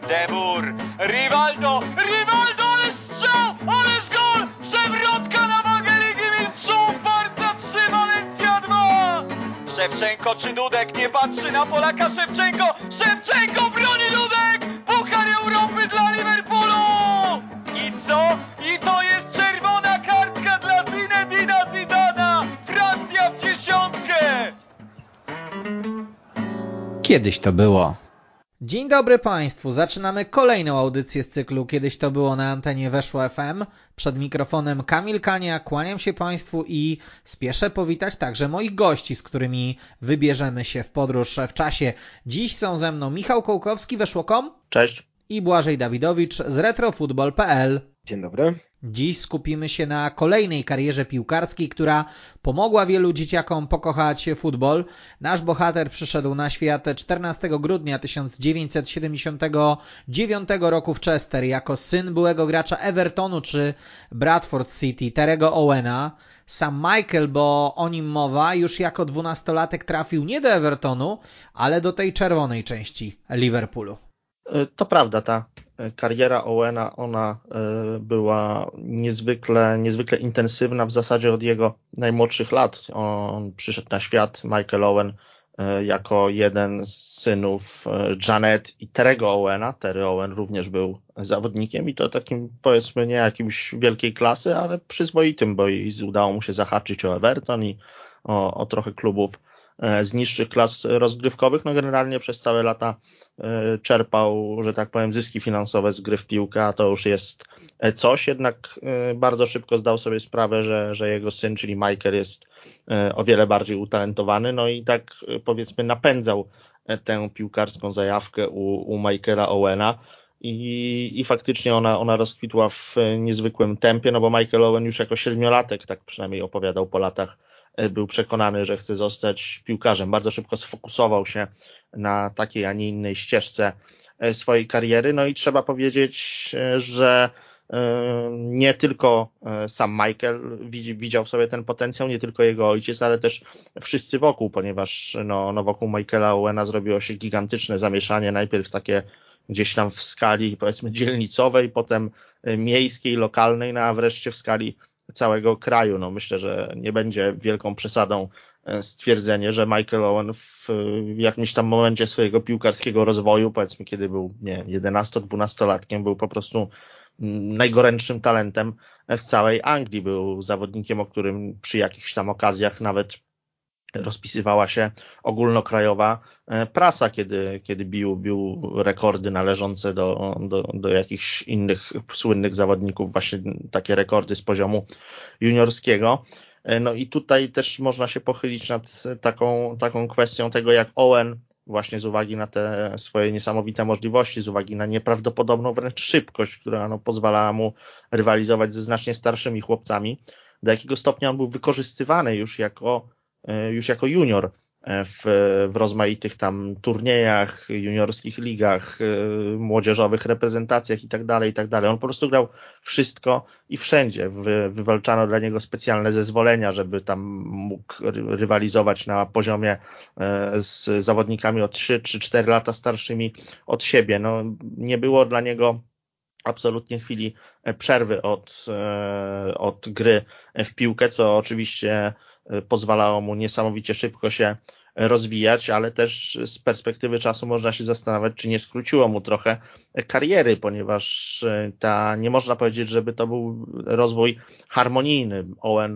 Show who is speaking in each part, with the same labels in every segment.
Speaker 1: De Boer, Rivaldo, ale strzał, ależ gol! Przewrotka na wagę Ligi Mistrzów, Barca 3, Walencja 2! Szewczenko czy Dudek, nie patrzy na Polaka Szewczenko broni Dudek! Puchar Europy dla Liverpoolu! I co? I to jest czerwona kartka dla Zinedina Zidana! Francja w dziesiątkę!
Speaker 2: Kiedyś to było. Dzień dobry Państwu, zaczynamy kolejną audycję z cyklu Kiedyś to było na antenie Weszło FM. Przed mikrofonem Kamil Kania, kłaniam się Państwu i spieszę powitać także moich gości, z którymi wybierzemy się w podróż w czasie. Dziś są ze mną Michał Kołkowski, Weszło.com.
Speaker 3: Cześć.
Speaker 2: I Błażej Dawidowicz z retrofutbol.pl.
Speaker 4: Dzień dobry.
Speaker 2: Dziś skupimy się na kolejnej karierze piłkarskiej, która pomogła wielu dzieciakom pokochać futbol. Nasz bohater przyszedł na świat 14 grudnia 1979 roku w Chester jako syn byłego gracza Evertonu czy Bradford City, Terry'ego Owena. Sam Michael, bo o nim mowa, już jako 12-latek trafił nie do Evertonu, ale do tej czerwonej części Liverpoolu.
Speaker 3: To prawda, ta kariera Owena, ona była niezwykle intensywna w zasadzie od jego najmłodszych lat. On przyszedł na świat, Michael Owen, jako jeden z synów Janet i Terry'ego Owena. Terry Owen również był zawodnikiem i to takim, powiedzmy, nie jakimś wielkiej klasy, ale przyzwoitym, bo udało mu się zahaczyć o Everton i o trochę klubów z niższych klas rozgrywkowych. No generalnie przez całe lata czerpał, że tak powiem, zyski finansowe z gry w piłkę, a to już jest coś, jednak bardzo szybko zdał sobie sprawę, że jego syn, czyli Michael, jest o wiele bardziej utalentowany, no i tak, powiedzmy, napędzał tę piłkarską zajawkę u Michaela Owena i faktycznie ona rozkwitła w niezwykłym tempie, no bo Michael Owen już jako 7-latek, tak przynajmniej opowiadał po latach, był przekonany, że chce zostać piłkarzem. Bardzo szybko sfokusował się na takiej, a nie innej ścieżce swojej kariery. No i trzeba powiedzieć, że nie tylko sam Michael widział w sobie ten potencjał, nie tylko jego ojciec, ale też wszyscy wokół, ponieważ wokół Michaela Owena zrobiło się gigantyczne zamieszanie. Najpierw takie gdzieś tam w skali, powiedzmy, dzielnicowej, potem miejskiej, lokalnej, no a wreszcie w skali całego kraju. No myślę, że nie będzie wielką przesadą stwierdzenie, że Michael Owen w jakimś tam momencie swojego piłkarskiego rozwoju, powiedzmy kiedy był 11-12-latkiem, był po prostu najgorętszym talentem w całej Anglii. Był zawodnikiem, o którym przy jakichś tam okazjach nawet rozpisywała się ogólnokrajowa prasa, kiedy bił rekordy należące do jakichś innych słynnych zawodników, właśnie takie rekordy z poziomu juniorskiego. No i tutaj też można się pochylić nad taką kwestią tego, jak Owen właśnie z uwagi na te swoje niesamowite możliwości, z uwagi na nieprawdopodobną wręcz szybkość, która pozwalała mu rywalizować ze znacznie starszymi chłopcami, do jakiego stopnia on był wykorzystywany już jako junior w rozmaitych tam turniejach, juniorskich ligach, młodzieżowych reprezentacjach i tak dalej. On po prostu grał wszystko i wszędzie. Wywalczano dla niego specjalne zezwolenia, żeby tam mógł rywalizować na poziomie z zawodnikami o 3 czy 4 lata starszymi od siebie. No, nie było dla niego absolutnie chwili przerwy od gry w piłkę, co oczywiście pozwalało mu niesamowicie szybko się rozwijać, ale też z perspektywy czasu można się zastanawiać, czy nie skróciło mu trochę kariery, ponieważ nie można powiedzieć, żeby to był rozwój harmonijny. Owen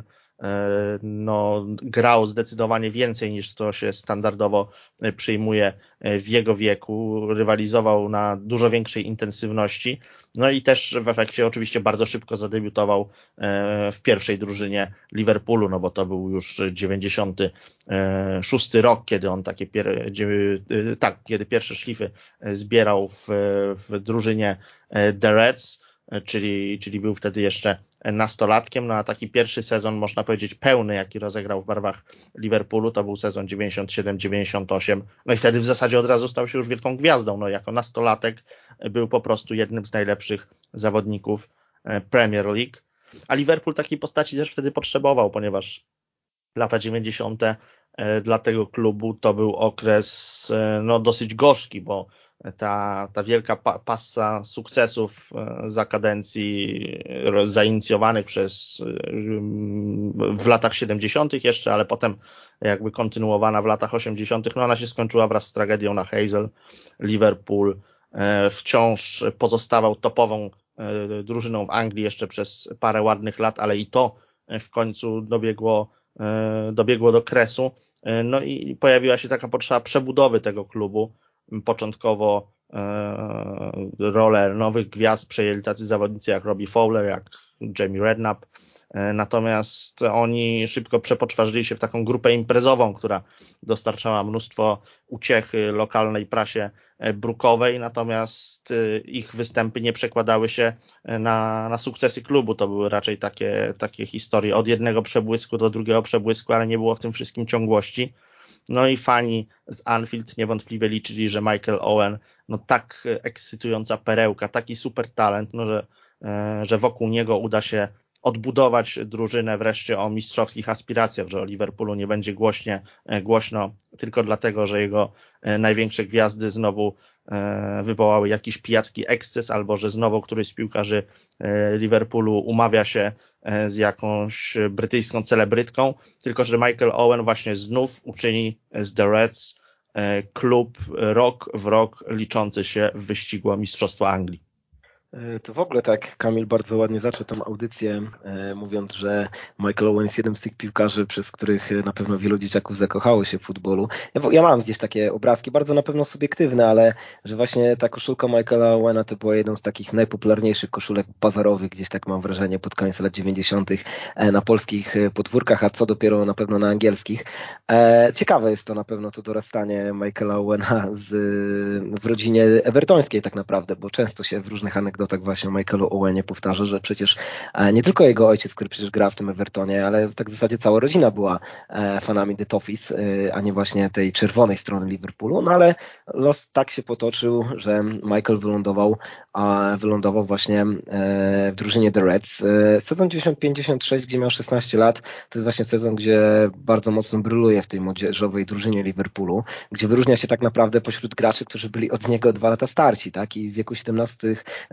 Speaker 3: grał zdecydowanie więcej niż to się standardowo przyjmuje w jego wieku, rywalizował na dużo większej intensywności, no i też w efekcie oczywiście bardzo szybko zadebiutował w pierwszej drużynie Liverpoolu, no bo to był już 96 rok, kiedy on kiedy pierwsze szlify zbierał w drużynie The Reds, czyli był wtedy jeszcze nastolatkiem, no a taki pierwszy sezon, można powiedzieć, pełny, jaki rozegrał w barwach Liverpoolu, to był sezon 97-98, no i wtedy w zasadzie od razu stał się już wielką gwiazdą, no jako nastolatek był po prostu jednym z najlepszych zawodników Premier League, a Liverpool takiej postaci też wtedy potrzebował, ponieważ lata 90. dla tego klubu to był okres dosyć gorzki, bo ta wielka passa sukcesów za kadencji zainicjowanych w latach 70. jeszcze, ale potem jakby kontynuowana w latach 80. No ona się skończyła wraz z tragedią na Hazel. Liverpool wciąż pozostawał topową drużyną w Anglii jeszcze przez parę ładnych lat, ale i to w końcu dobiegło do kresu. No i pojawiła się taka potrzeba przebudowy tego klubu. Początkowo rolę nowych gwiazd przejęli tacy zawodnicy jak Robbie Fowler, jak Jamie Redknapp. Natomiast oni szybko przepoczwarzyli się w taką grupę imprezową, która dostarczała mnóstwo uciechy lokalnej prasie brukowej, natomiast ich występy nie przekładały się na sukcesy klubu. To były raczej takie historie od jednego przebłysku do drugiego przebłysku, ale nie było w tym wszystkim ciągłości. No i fani z Anfield niewątpliwie liczyli, że Michael Owen, no tak ekscytująca perełka, taki super talent, no że wokół niego uda się odbudować drużynę wreszcie o mistrzowskich aspiracjach, że o Liverpoolu nie będzie głośno tylko dlatego, że jego największe gwiazdy znowu wywołały jakiś pijacki eksces, albo że znowu któryś z piłkarzy Liverpoolu umawia się z jakąś brytyjską celebrytką, tylko że Michael Owen właśnie znów uczyni z The Reds klub rok w rok liczący się w wyścigu o mistrzostwo Anglii.
Speaker 4: To w ogóle tak, Kamil bardzo ładnie zaczął tą audycję, mówiąc, że Michael Owen jest jednym z tych piłkarzy, przez których na pewno wielu dzieciaków zakochało się w futbolu. Ja mam gdzieś takie obrazki, bardzo na pewno subiektywne, ale że właśnie ta koszulka Michaela Owena to była jedną z takich najpopularniejszych koszulek bazarowych, gdzieś tak mam wrażenie, pod koniec lat 90. na polskich podwórkach, a co dopiero na pewno na angielskich. Ciekawe jest to na pewno to dorastanie Michaela Owena w rodzinie evertońskiej tak naprawdę, bo często się w różnych anegdotach właśnie o Michaelu Owenie powtarza, że przecież nie tylko jego ojciec, który przecież gra w tym Evertonie, ale tak w zasadzie cała rodzina była fanami The Toffees, a nie właśnie tej czerwonej strony Liverpoolu, no ale los tak się potoczył, że Michael wylądował właśnie w drużynie The Reds. Sezon 95-96, gdzie miał 16 lat, to jest właśnie sezon, gdzie bardzo mocno bryluje w tej młodzieżowej drużynie Liverpoolu, gdzie wyróżnia się tak naprawdę pośród graczy, którzy byli od niego 2 lata starsi, tak? I w wieku 17,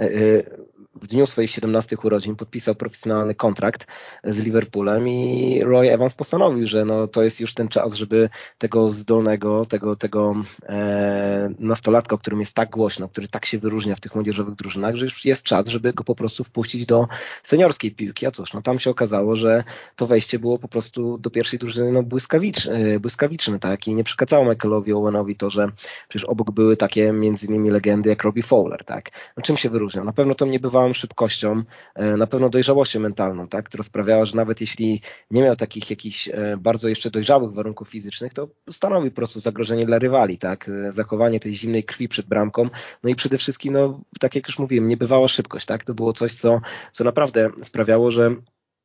Speaker 4: w dniu swoich 17 urodzin podpisał profesjonalny kontrakt z Liverpoolem i Roy Evans postanowił, że no, to jest już ten czas, żeby tego zdolnego, tego nastolatka, o którym jest tak głośno, który tak się wyróżnia w tych młodzieżowych drużynach, że już jest czas, żeby go po prostu wpuścić do seniorskiej piłki. A cóż, no tam się okazało, że to wejście było po prostu do pierwszej drużyny no, błyskawiczne, tak? I nie przeszkadzało Michaelowi Owenowi to, że przecież obok były takie między innymi legendy jak Robbie Fowler, tak? No, czym się wyróżniał? Na pewno tą niebywałą szybkością, na pewno dojrzałością mentalną, tak? Która sprawiała, że nawet jeśli nie miał takich jakichś bardzo jeszcze dojrzałych warunków fizycznych, to stanowił po prostu zagrożenie dla rywali, tak? Zachowanie tej zimnej krwi przed bramką, no i przede wszystkim, no, tak jak już mówiłem, niebywała szybkość, tak? To było coś, co naprawdę sprawiało, że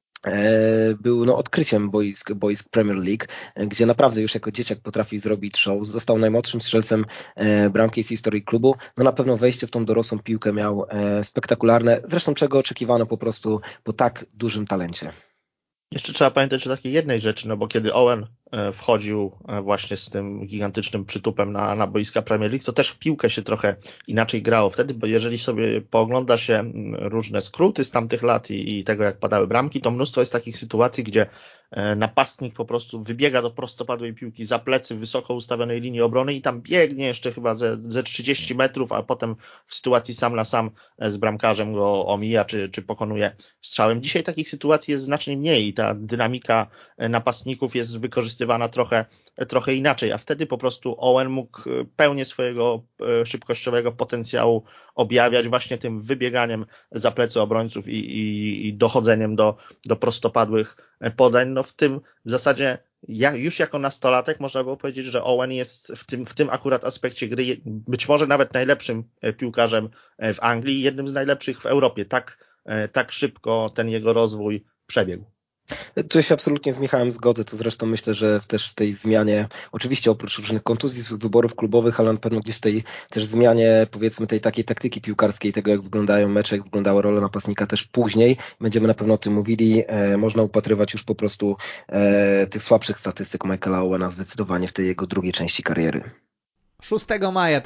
Speaker 4: był no, odkryciem boisk Premier League, gdzie naprawdę już jako dzieciak potrafił zrobić show. Został najmłodszym strzelcem bramki w historii klubu. No na pewno wejście w tą dorosłą piłkę miał spektakularne, zresztą czego oczekiwano po prostu po tak dużym talencie.
Speaker 3: Jeszcze trzeba pamiętać o takiej jednej rzeczy, no bo kiedy Owen wchodził właśnie z tym gigantycznym przytupem na boiska Premier League, to też w piłkę się trochę inaczej grało wtedy, bo jeżeli sobie poogląda się różne skróty z tamtych lat i tego, jak padały bramki, to mnóstwo jest takich sytuacji, gdzie napastnik po prostu wybiega do prostopadłej piłki za plecy wysoko ustawionej linii obrony i tam biegnie jeszcze chyba ze 30 metrów, a potem w sytuacji sam na sam z bramkarzem go omija czy pokonuje strzałem. Dzisiaj takich sytuacji jest znacznie mniej i ta dynamika napastników jest wykorzystywana trochę inaczej, a wtedy po prostu Owen mógł pełnię swojego szybkościowego potencjału objawiać właśnie tym wybieganiem za plecy obrońców i dochodzeniem do prostopadłych podań. No w zasadzie już jako nastolatek można było powiedzieć, że Owen jest w tym akurat aspekcie gry być może nawet najlepszym piłkarzem w Anglii i jednym z najlepszych w Europie. Tak szybko ten jego rozwój przebiegł.
Speaker 4: Tu się absolutnie z Michałem zgodzę, to zresztą myślę, że też w tej zmianie, oczywiście oprócz różnych kontuzji, wyborów klubowych, ale na pewno gdzieś w tej też zmianie, powiedzmy, tej takiej taktyki piłkarskiej, tego jak wyglądają mecze, jak wyglądała rola napastnika też później, będziemy na pewno o tym mówili, można upatrywać już po prostu tych słabszych statystyk Michaela Owena zdecydowanie w tej jego drugiej części kariery.
Speaker 2: 6 maja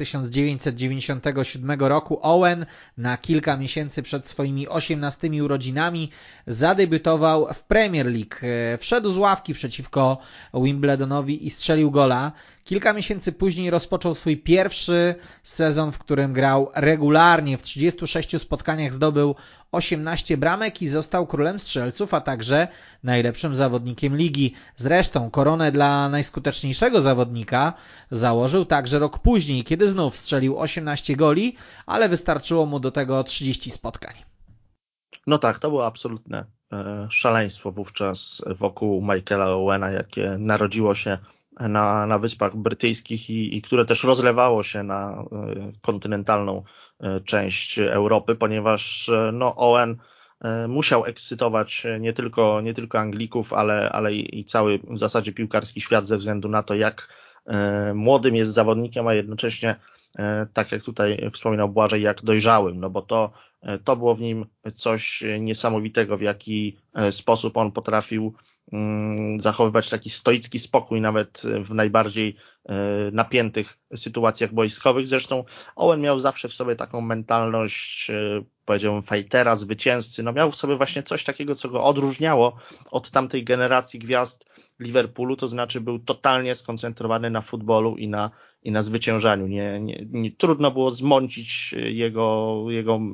Speaker 2: 1997 roku Owen na kilka miesięcy przed swoimi 18 urodzinami zadebiutował w Premier League. Wszedł z ławki przeciwko Wimbledonowi i strzelił gola. Kilka miesięcy później rozpoczął swój pierwszy sezon, w którym grał regularnie. W 36 spotkaniach zdobył 18 bramek i został królem strzelców, a także najlepszym zawodnikiem ligi. Zresztą koronę dla najskuteczniejszego zawodnika założył także rok później, kiedy znów strzelił 18 goli, ale wystarczyło mu do tego 30 spotkań.
Speaker 3: No tak, to było absolutne szaleństwo wówczas wokół Michaela Owena, jakie narodziło się na Wyspach Brytyjskich i które też rozlewało się na kontynentalną część Europy, ponieważ Owen musiał ekscytować nie tylko Anglików, ale i cały w zasadzie piłkarski świat ze względu na to, jak młodym jest zawodnikiem, a jednocześnie, tak jak tutaj wspominał Błażej, jak dojrzałym, no bo to było w nim coś niesamowitego, w jaki sposób on potrafił zachowywać taki stoicki spokój nawet w najbardziej napiętych sytuacjach boiskowych. Zresztą Owen miał zawsze w sobie taką mentalność, powiedziałbym, fightera, zwycięzcy. No miał w sobie właśnie coś takiego, co go odróżniało od tamtej generacji gwiazd Liverpoolu, to znaczy był totalnie skoncentrowany na futbolu i na zwyciężaniu. Nie trudno było zmącić jego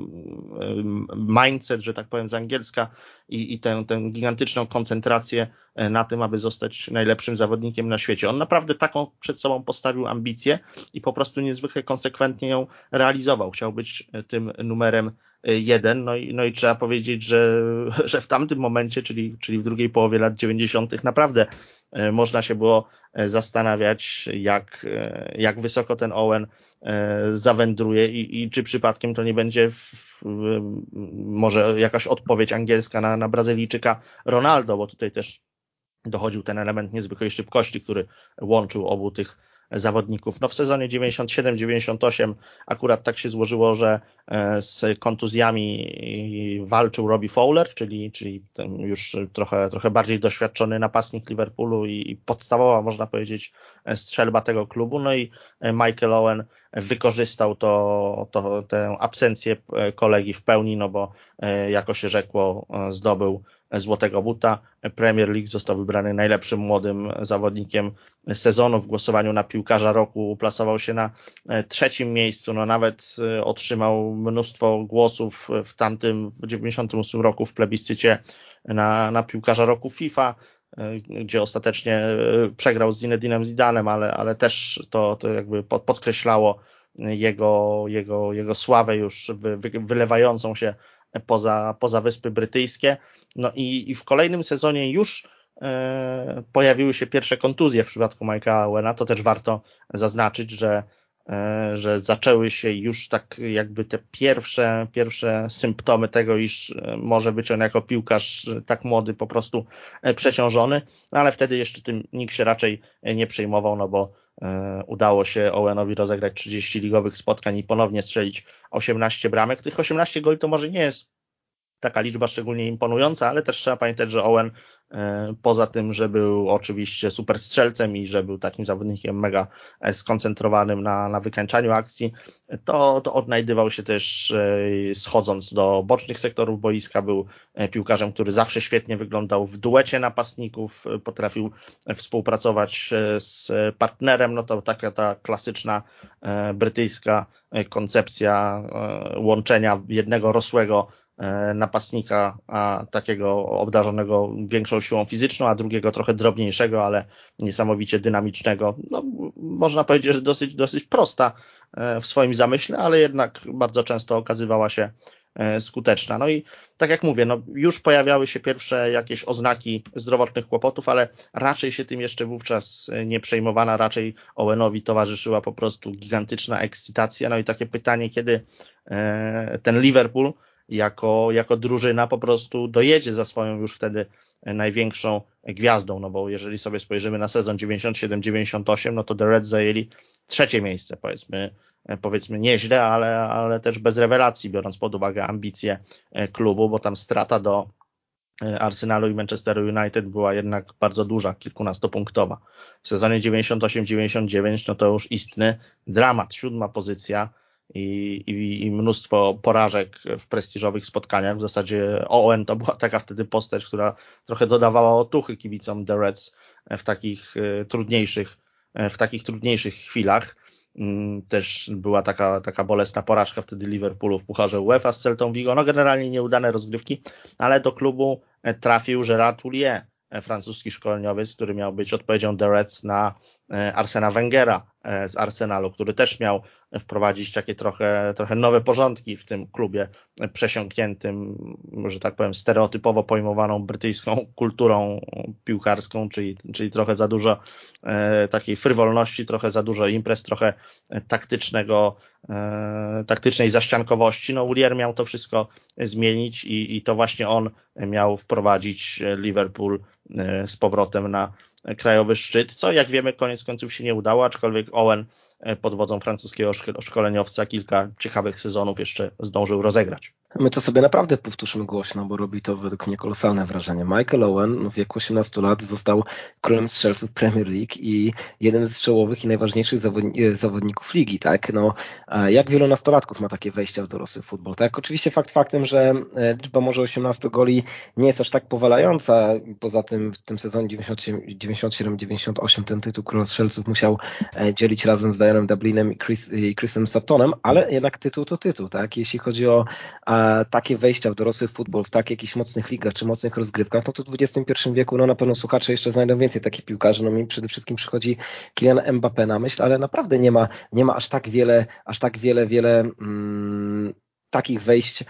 Speaker 3: mindset, że tak powiem z angielska, i tę gigantyczną koncentrację na tym, aby zostać najlepszym zawodnikiem na świecie. On naprawdę taką przed sobą postawił ambicję i po prostu niezwykle konsekwentnie ją realizował. Chciał być tym numerem 1, no i trzeba powiedzieć, że w tamtym momencie, czyli w drugiej połowie lat 90. naprawdę można się było zastanawiać, jak wysoko ten Owen zawędruje i czy przypadkiem to nie będzie może jakaś odpowiedź angielska na Brazylijczyka Ronaldo, bo tutaj też dochodził ten element niezwykłej szybkości, który łączył obu tych zawodników. No w sezonie 97-98 akurat tak się złożyło, że z kontuzjami walczył Robbie Fowler, czyli ten już trochę bardziej doświadczony napastnik Liverpoolu i podstawowa, można powiedzieć, strzelba tego klubu. No i Michael Owen wykorzystał tę absencję kolegi w pełni, no bo jako się rzekło, zdobył Złotego Buta Premier League, został wybrany najlepszym młodym zawodnikiem sezonu. W głosowaniu na piłkarza roku uplasował się na 3. miejscu, no nawet otrzymał mnóstwo głosów w 98 roku w plebiscycie na piłkarza roku FIFA, gdzie ostatecznie przegrał z Zinedinem Zidanem, ale też to jakby podkreślało jego sławę już wylewającą się poza Wyspy Brytyjskie. No i w kolejnym sezonie już pojawiły się pierwsze kontuzje w przypadku Michaela Owena. To też warto zaznaczyć, że zaczęły się już tak jakby te pierwsze symptomy tego, iż może być on jako piłkarz tak młody po prostu przeciążony, no ale wtedy jeszcze tym nikt się raczej nie przejmował, no bo udało się Owenowi rozegrać 30 ligowych spotkań i ponownie strzelić 18 bramek. Tych 18 goli to może nie jest taka liczba szczególnie imponująca, ale też trzeba pamiętać, że Owen poza tym, że był oczywiście super strzelcem i że był takim zawodnikiem mega skoncentrowanym na wykańczaniu akcji, to odnajdywał się też schodząc do bocznych sektorów boiska. Był piłkarzem, który zawsze świetnie wyglądał w duecie napastników, potrafił współpracować z partnerem, no to taka ta klasyczna brytyjska koncepcja łączenia jednego rosłego napastnika, a takiego obdarzonego większą siłą fizyczną, a drugiego trochę drobniejszego, ale niesamowicie dynamicznego. No, można powiedzieć, że dosyć prosta w swoim zamyśle, ale jednak bardzo często okazywała się skuteczna. No i tak jak mówię, no już pojawiały się pierwsze jakieś oznaki zdrowotnych kłopotów, ale raczej się tym jeszcze wówczas nie przejmowana, raczej Owenowi towarzyszyła po prostu gigantyczna ekscytacja. No i takie pytanie, kiedy ten Liverpool jako drużyna po prostu dojedzie za swoją już wtedy największą gwiazdą, no bo jeżeli sobie spojrzymy na sezon 97-98, no to The Reds zajęli 3. miejsce, powiedzmy nieźle, ale też bez rewelacji, biorąc pod uwagę ambicje klubu, bo tam strata do Arsenalu i Manchesteru United była jednak bardzo duża, kilkunastopunktowa. W sezonie 98-99 no to już istny dramat, 7. pozycja i mnóstwo porażek w prestiżowych spotkaniach. W zasadzie Owen to była taka wtedy postać, która trochę dodawała otuchy kibicom The Reds w takich trudniejszych chwilach. Też była taka bolesna porażka wtedy Liverpoolu w Pucharze UEFA z Celtą Vigo. No generalnie nieudane rozgrywki, ale do klubu trafił Gérard Houllier, francuski szkoleniowiec, który miał być odpowiedzią The Reds na Arsena Wengera z Arsenalu, który też miał wprowadzić takie trochę nowe porządki w tym klubie przesiąkniętym, że tak powiem, stereotypowo pojmowaną brytyjską kulturą piłkarską, czyli trochę za dużo takiej frywolności, trochę za dużo imprez, trochę taktycznej zaściankowości. No Houllier miał to wszystko zmienić i to właśnie on miał wprowadzić Liverpool z powrotem na krajowy szczyt, co jak wiemy koniec końców się nie udało, aczkolwiek Owen pod wodzą francuskiego szkoleniowca kilka ciekawych sezonów jeszcze zdążył rozegrać.
Speaker 4: My to sobie naprawdę powtórzmy głośno, bo robi to według mnie kolosalne wrażenie. Michael Owen w wieku 18 lat został królem strzelców Premier League i jednym z czołowych i najważniejszych zawodników ligi, tak? No, jak wielu nastolatków ma takie wejścia w dorosły futbol, tak? Oczywiście fakt faktem, że liczba może 18 goli nie jest aż tak powalająca. Poza tym w tym sezonie 97-98 ten tytuł króla strzelców musiał dzielić razem z Dianem Dublinem i Chrisem Suttonem, ale jednak tytuł to tytuł, tak? Jeśli chodzi o takie wejścia w dorosły futbol, w takich jakichś mocnych ligach czy mocnych rozgrywkach, no to w XXI wieku no na pewno słuchacze jeszcze znajdą więcej takich piłkarzy. No mi przede wszystkim przychodzi Kylian Mbappé na myśl, ale naprawdę nie ma aż tak wiele takich wejść,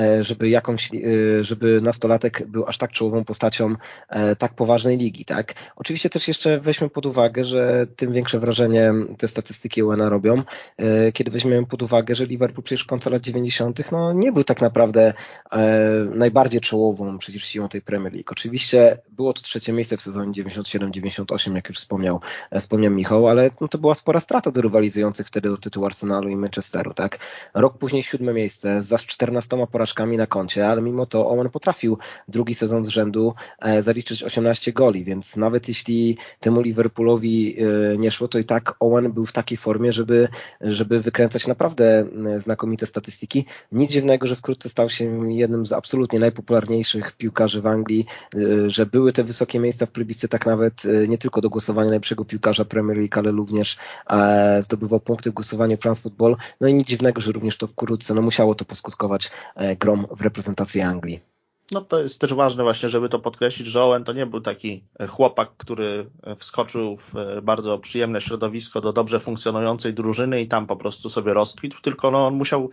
Speaker 4: żeby nastolatek był aż tak czołową postacią tak poważnej ligi, tak? Oczywiście też jeszcze weźmy pod uwagę, że tym większe wrażenie te statystyki Owena robią, kiedy weźmiemy pod uwagę, że Liverpool przecież w końcu lat 90. no nie był tak naprawdę najbardziej czołową przecież siłą tej Premier League. Oczywiście było to 3. miejsce w sezonie 97-98, jak już wspomniał Michał, ale no to była spora strata do rywalizujących wtedy o tytuł Arsenalu i Manchesteru, tak? Rok później 7. miejsce z 14 porażkami na koncie, ale mimo to Owen potrafił drugi sezon z rzędu zaliczyć 18 goli, więc nawet jeśli temu Liverpoolowi nie szło, to i tak Owen był w takiej formie, żeby wykręcać naprawdę znakomite statystyki. Nic dziwnego, że wkrótce stał się jednym z absolutnie najpopularniejszych piłkarzy w Anglii, że były te wysokie miejsca w plebiscytach nawet nie tylko do głosowania najlepszego piłkarza Premier League, ale również zdobywał punkty w głosowaniu France Football. No i nic dziwnego, że również to wkrótce musiało to poskutkować grom w reprezentacji Anglii.
Speaker 3: No to jest też ważne właśnie, żeby to podkreślić, że Owen to nie był taki chłopak, który wskoczył w bardzo przyjemne środowisko do dobrze funkcjonującej drużyny i tam po prostu sobie rozkwitł, tylko on musiał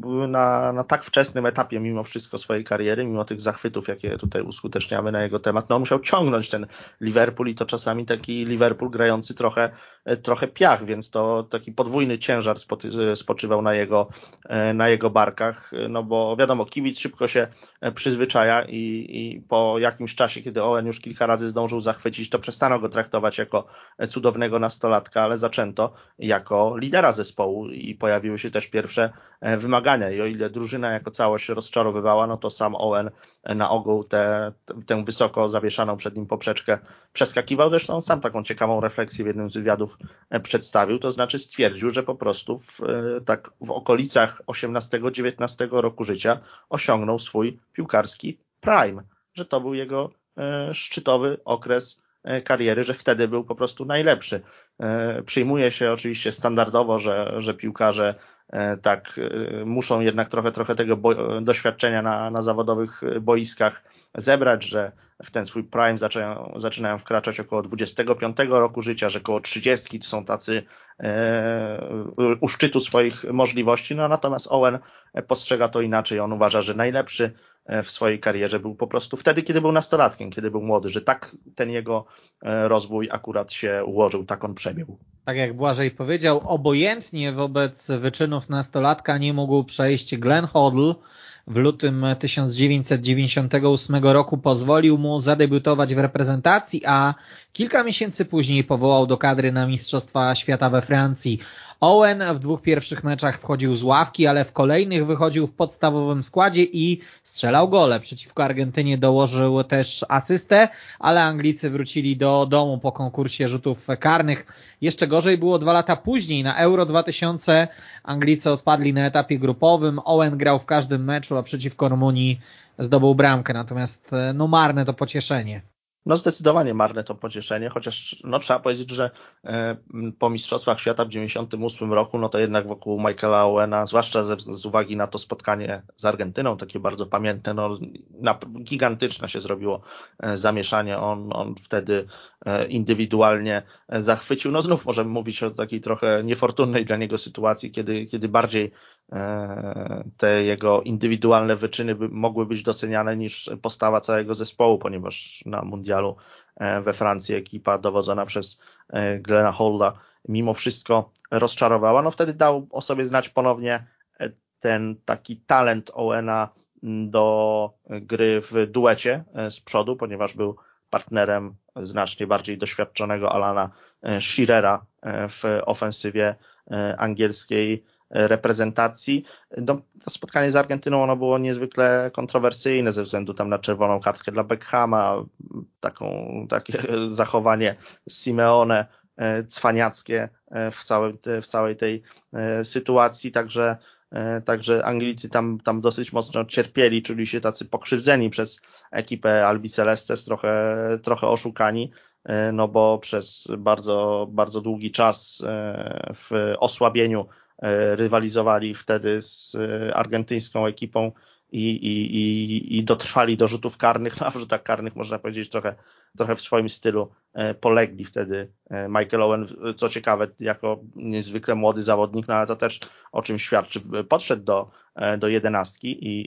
Speaker 3: na tak wczesnym etapie mimo wszystko swojej kariery, mimo tych zachwytów, jakie tutaj uskuteczniamy na jego temat, on musiał ciągnąć ten Liverpool i to czasami taki Liverpool grający trochę piach, więc to taki podwójny ciężar spoczywał na jego barkach, no bo wiadomo, kibic szybko się przyzwyczaja i po jakimś czasie, kiedy Owen już kilka razy zdążył zachwycić, to przestano go traktować jako cudownego nastolatka, ale zaczęto jako lidera zespołu i pojawiły się też pierwsze wymagania i o ile drużyna jako całość rozczarowywała, no to sam Owen na ogół tę wysoko zawieszaną przed nim poprzeczkę przeskakiwał. Zresztą on sam taką ciekawą refleksję w jednym z wywiadów przedstawił, to znaczy stwierdził, że po prostu w okolicach 18-19 roku życia osiągnął swój piłkarski prime, że to był jego szczytowy okres kariery, że wtedy był po prostu najlepszy. Przyjmuje się oczywiście standardowo, że piłkarze tak muszą jednak trochę tego doświadczenia na zawodowych boiskach zebrać, że w ten swój prime zaczynają wkraczać około 25 roku życia, że około 30 to są tacy u szczytu swoich możliwości, no natomiast Owen postrzega to inaczej. On uważa, że najlepszy w swojej karierze był po prostu wtedy, kiedy był nastolatkiem, kiedy był młody, że tak ten jego rozwój akurat się ułożył, tak on przebiegł.
Speaker 2: Tak jak Błażej powiedział, obojętnie wobec wyczynów nastolatka nie mógł przejść Glenn Hoddle. W lutym 1998 roku pozwolił mu zadebiutować w reprezentacji, a kilka miesięcy później powołał do kadry na Mistrzostwa Świata we Francji. Owen w 2 pierwszych meczach wchodził z ławki, ale w kolejnych wychodził w podstawowym składzie i strzelał gole. Przeciwko Argentynie dołożył też asystę, ale Anglicy wrócili do domu po konkursie rzutów karnych. Jeszcze gorzej było 2 lata później, na Euro 2000. Anglicy odpadli na etapie grupowym. Owen grał w każdym meczu, a przeciwko Rumunii zdobył bramkę. Natomiast marne to pocieszenie.
Speaker 3: No zdecydowanie marne to pocieszenie, chociaż trzeba powiedzieć, że po Mistrzostwach Świata w 1998 roku, no to jednak wokół Michaela Owena, zwłaszcza z uwagi na to spotkanie z Argentyną, takie bardzo pamiętne, gigantyczne się zrobiło zamieszanie. On wtedy indywidualnie zachwycił. No znów możemy mówić o takiej trochę niefortunnej dla niego sytuacji, kiedy bardziej te jego indywidualne wyczyny mogły być doceniane niż postawa całego zespołu, ponieważ na mundialu we Francji ekipa dowodzona przez Glena Holda mimo wszystko rozczarowała. No wtedy dał o sobie znać ponownie ten taki talent Owena do gry w duecie z przodu, ponieważ był partnerem znacznie bardziej doświadczonego Alana Shearera w ofensywie angielskiej reprezentacji. To spotkanie z Argentyną ono było niezwykle kontrowersyjne ze względu tam na czerwoną kartkę dla Beckhama, takie zachowanie Simeone cwaniackie w całej tej sytuacji, także Anglicy tam dosyć mocno cierpieli, czuli się tacy pokrzywdzeni przez ekipę Albi Celestes, trochę oszukani, no bo przez bardzo, bardzo długi czas w osłabieniu rywalizowali wtedy z argentyńską ekipą i dotrwali do rzutów karnych. Na rzutach karnych można powiedzieć trochę w swoim stylu polegli wtedy Michael Owen, co ciekawe, jako niezwykle młody zawodnik, no ale to też o czym świadczy. Podszedł do 11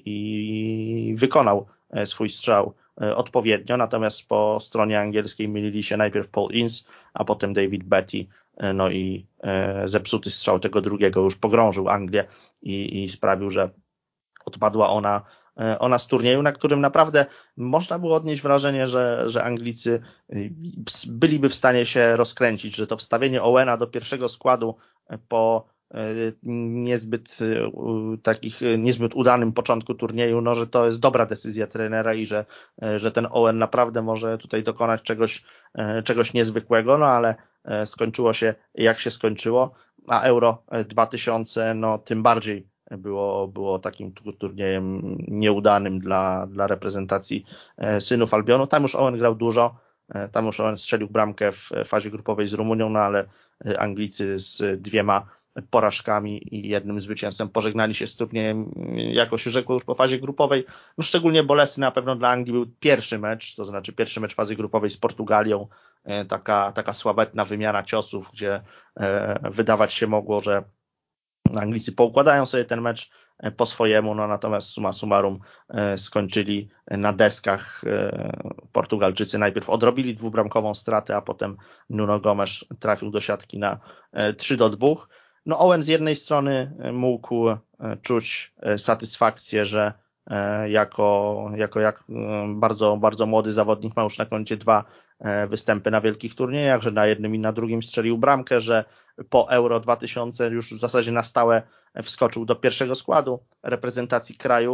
Speaker 3: i wykonał swój strzał odpowiednio, natomiast po stronie angielskiej mylili się najpierw Paul Ince, a potem David Batty, no i zepsuty strzał tego drugiego już pogrążył Anglię i sprawił, że odpadła ona z turnieju, na którym naprawdę można było odnieść wrażenie, że Anglicy byliby w stanie się rozkręcić, że to wstawienie Owena do pierwszego składu po niezbyt udanym początku turnieju, no że to jest dobra decyzja trenera i że ten Owen naprawdę może tutaj dokonać czegoś niezwykłego, no ale skończyło się jak się skończyło, a Euro 2000 no tym bardziej było takim turniejem nieudanym dla reprezentacji synów Albionu. Tam już Owen grał dużo, tam już Owen strzelił bramkę w fazie grupowej z Rumunią, no ale Anglicy z 2 porażkami i 1 zwycięstwem pożegnali się z turniejem, jako się rzekło, już po fazie grupowej. No szczególnie bolesny na pewno dla Anglii był pierwszy mecz, to znaczy pierwszy mecz fazy grupowej z Portugalią, taka sławetna wymiana ciosów, gdzie wydawać się mogło, że Anglicy poukładają sobie ten mecz po swojemu, no natomiast summa summarum skończyli na deskach. Portugalczycy najpierw odrobili 2-bramkową stratę, a potem Nuno Gomes trafił do siatki na 3-2. No Owen z jednej strony mógł czuć satysfakcję, że jako bardzo, bardzo młody zawodnik ma już na koncie 2 występy na wielkich turniejach, że na jednym i na drugim strzelił bramkę, że po Euro 2000 już w zasadzie na stałe wskoczył do pierwszego składu reprezentacji kraju,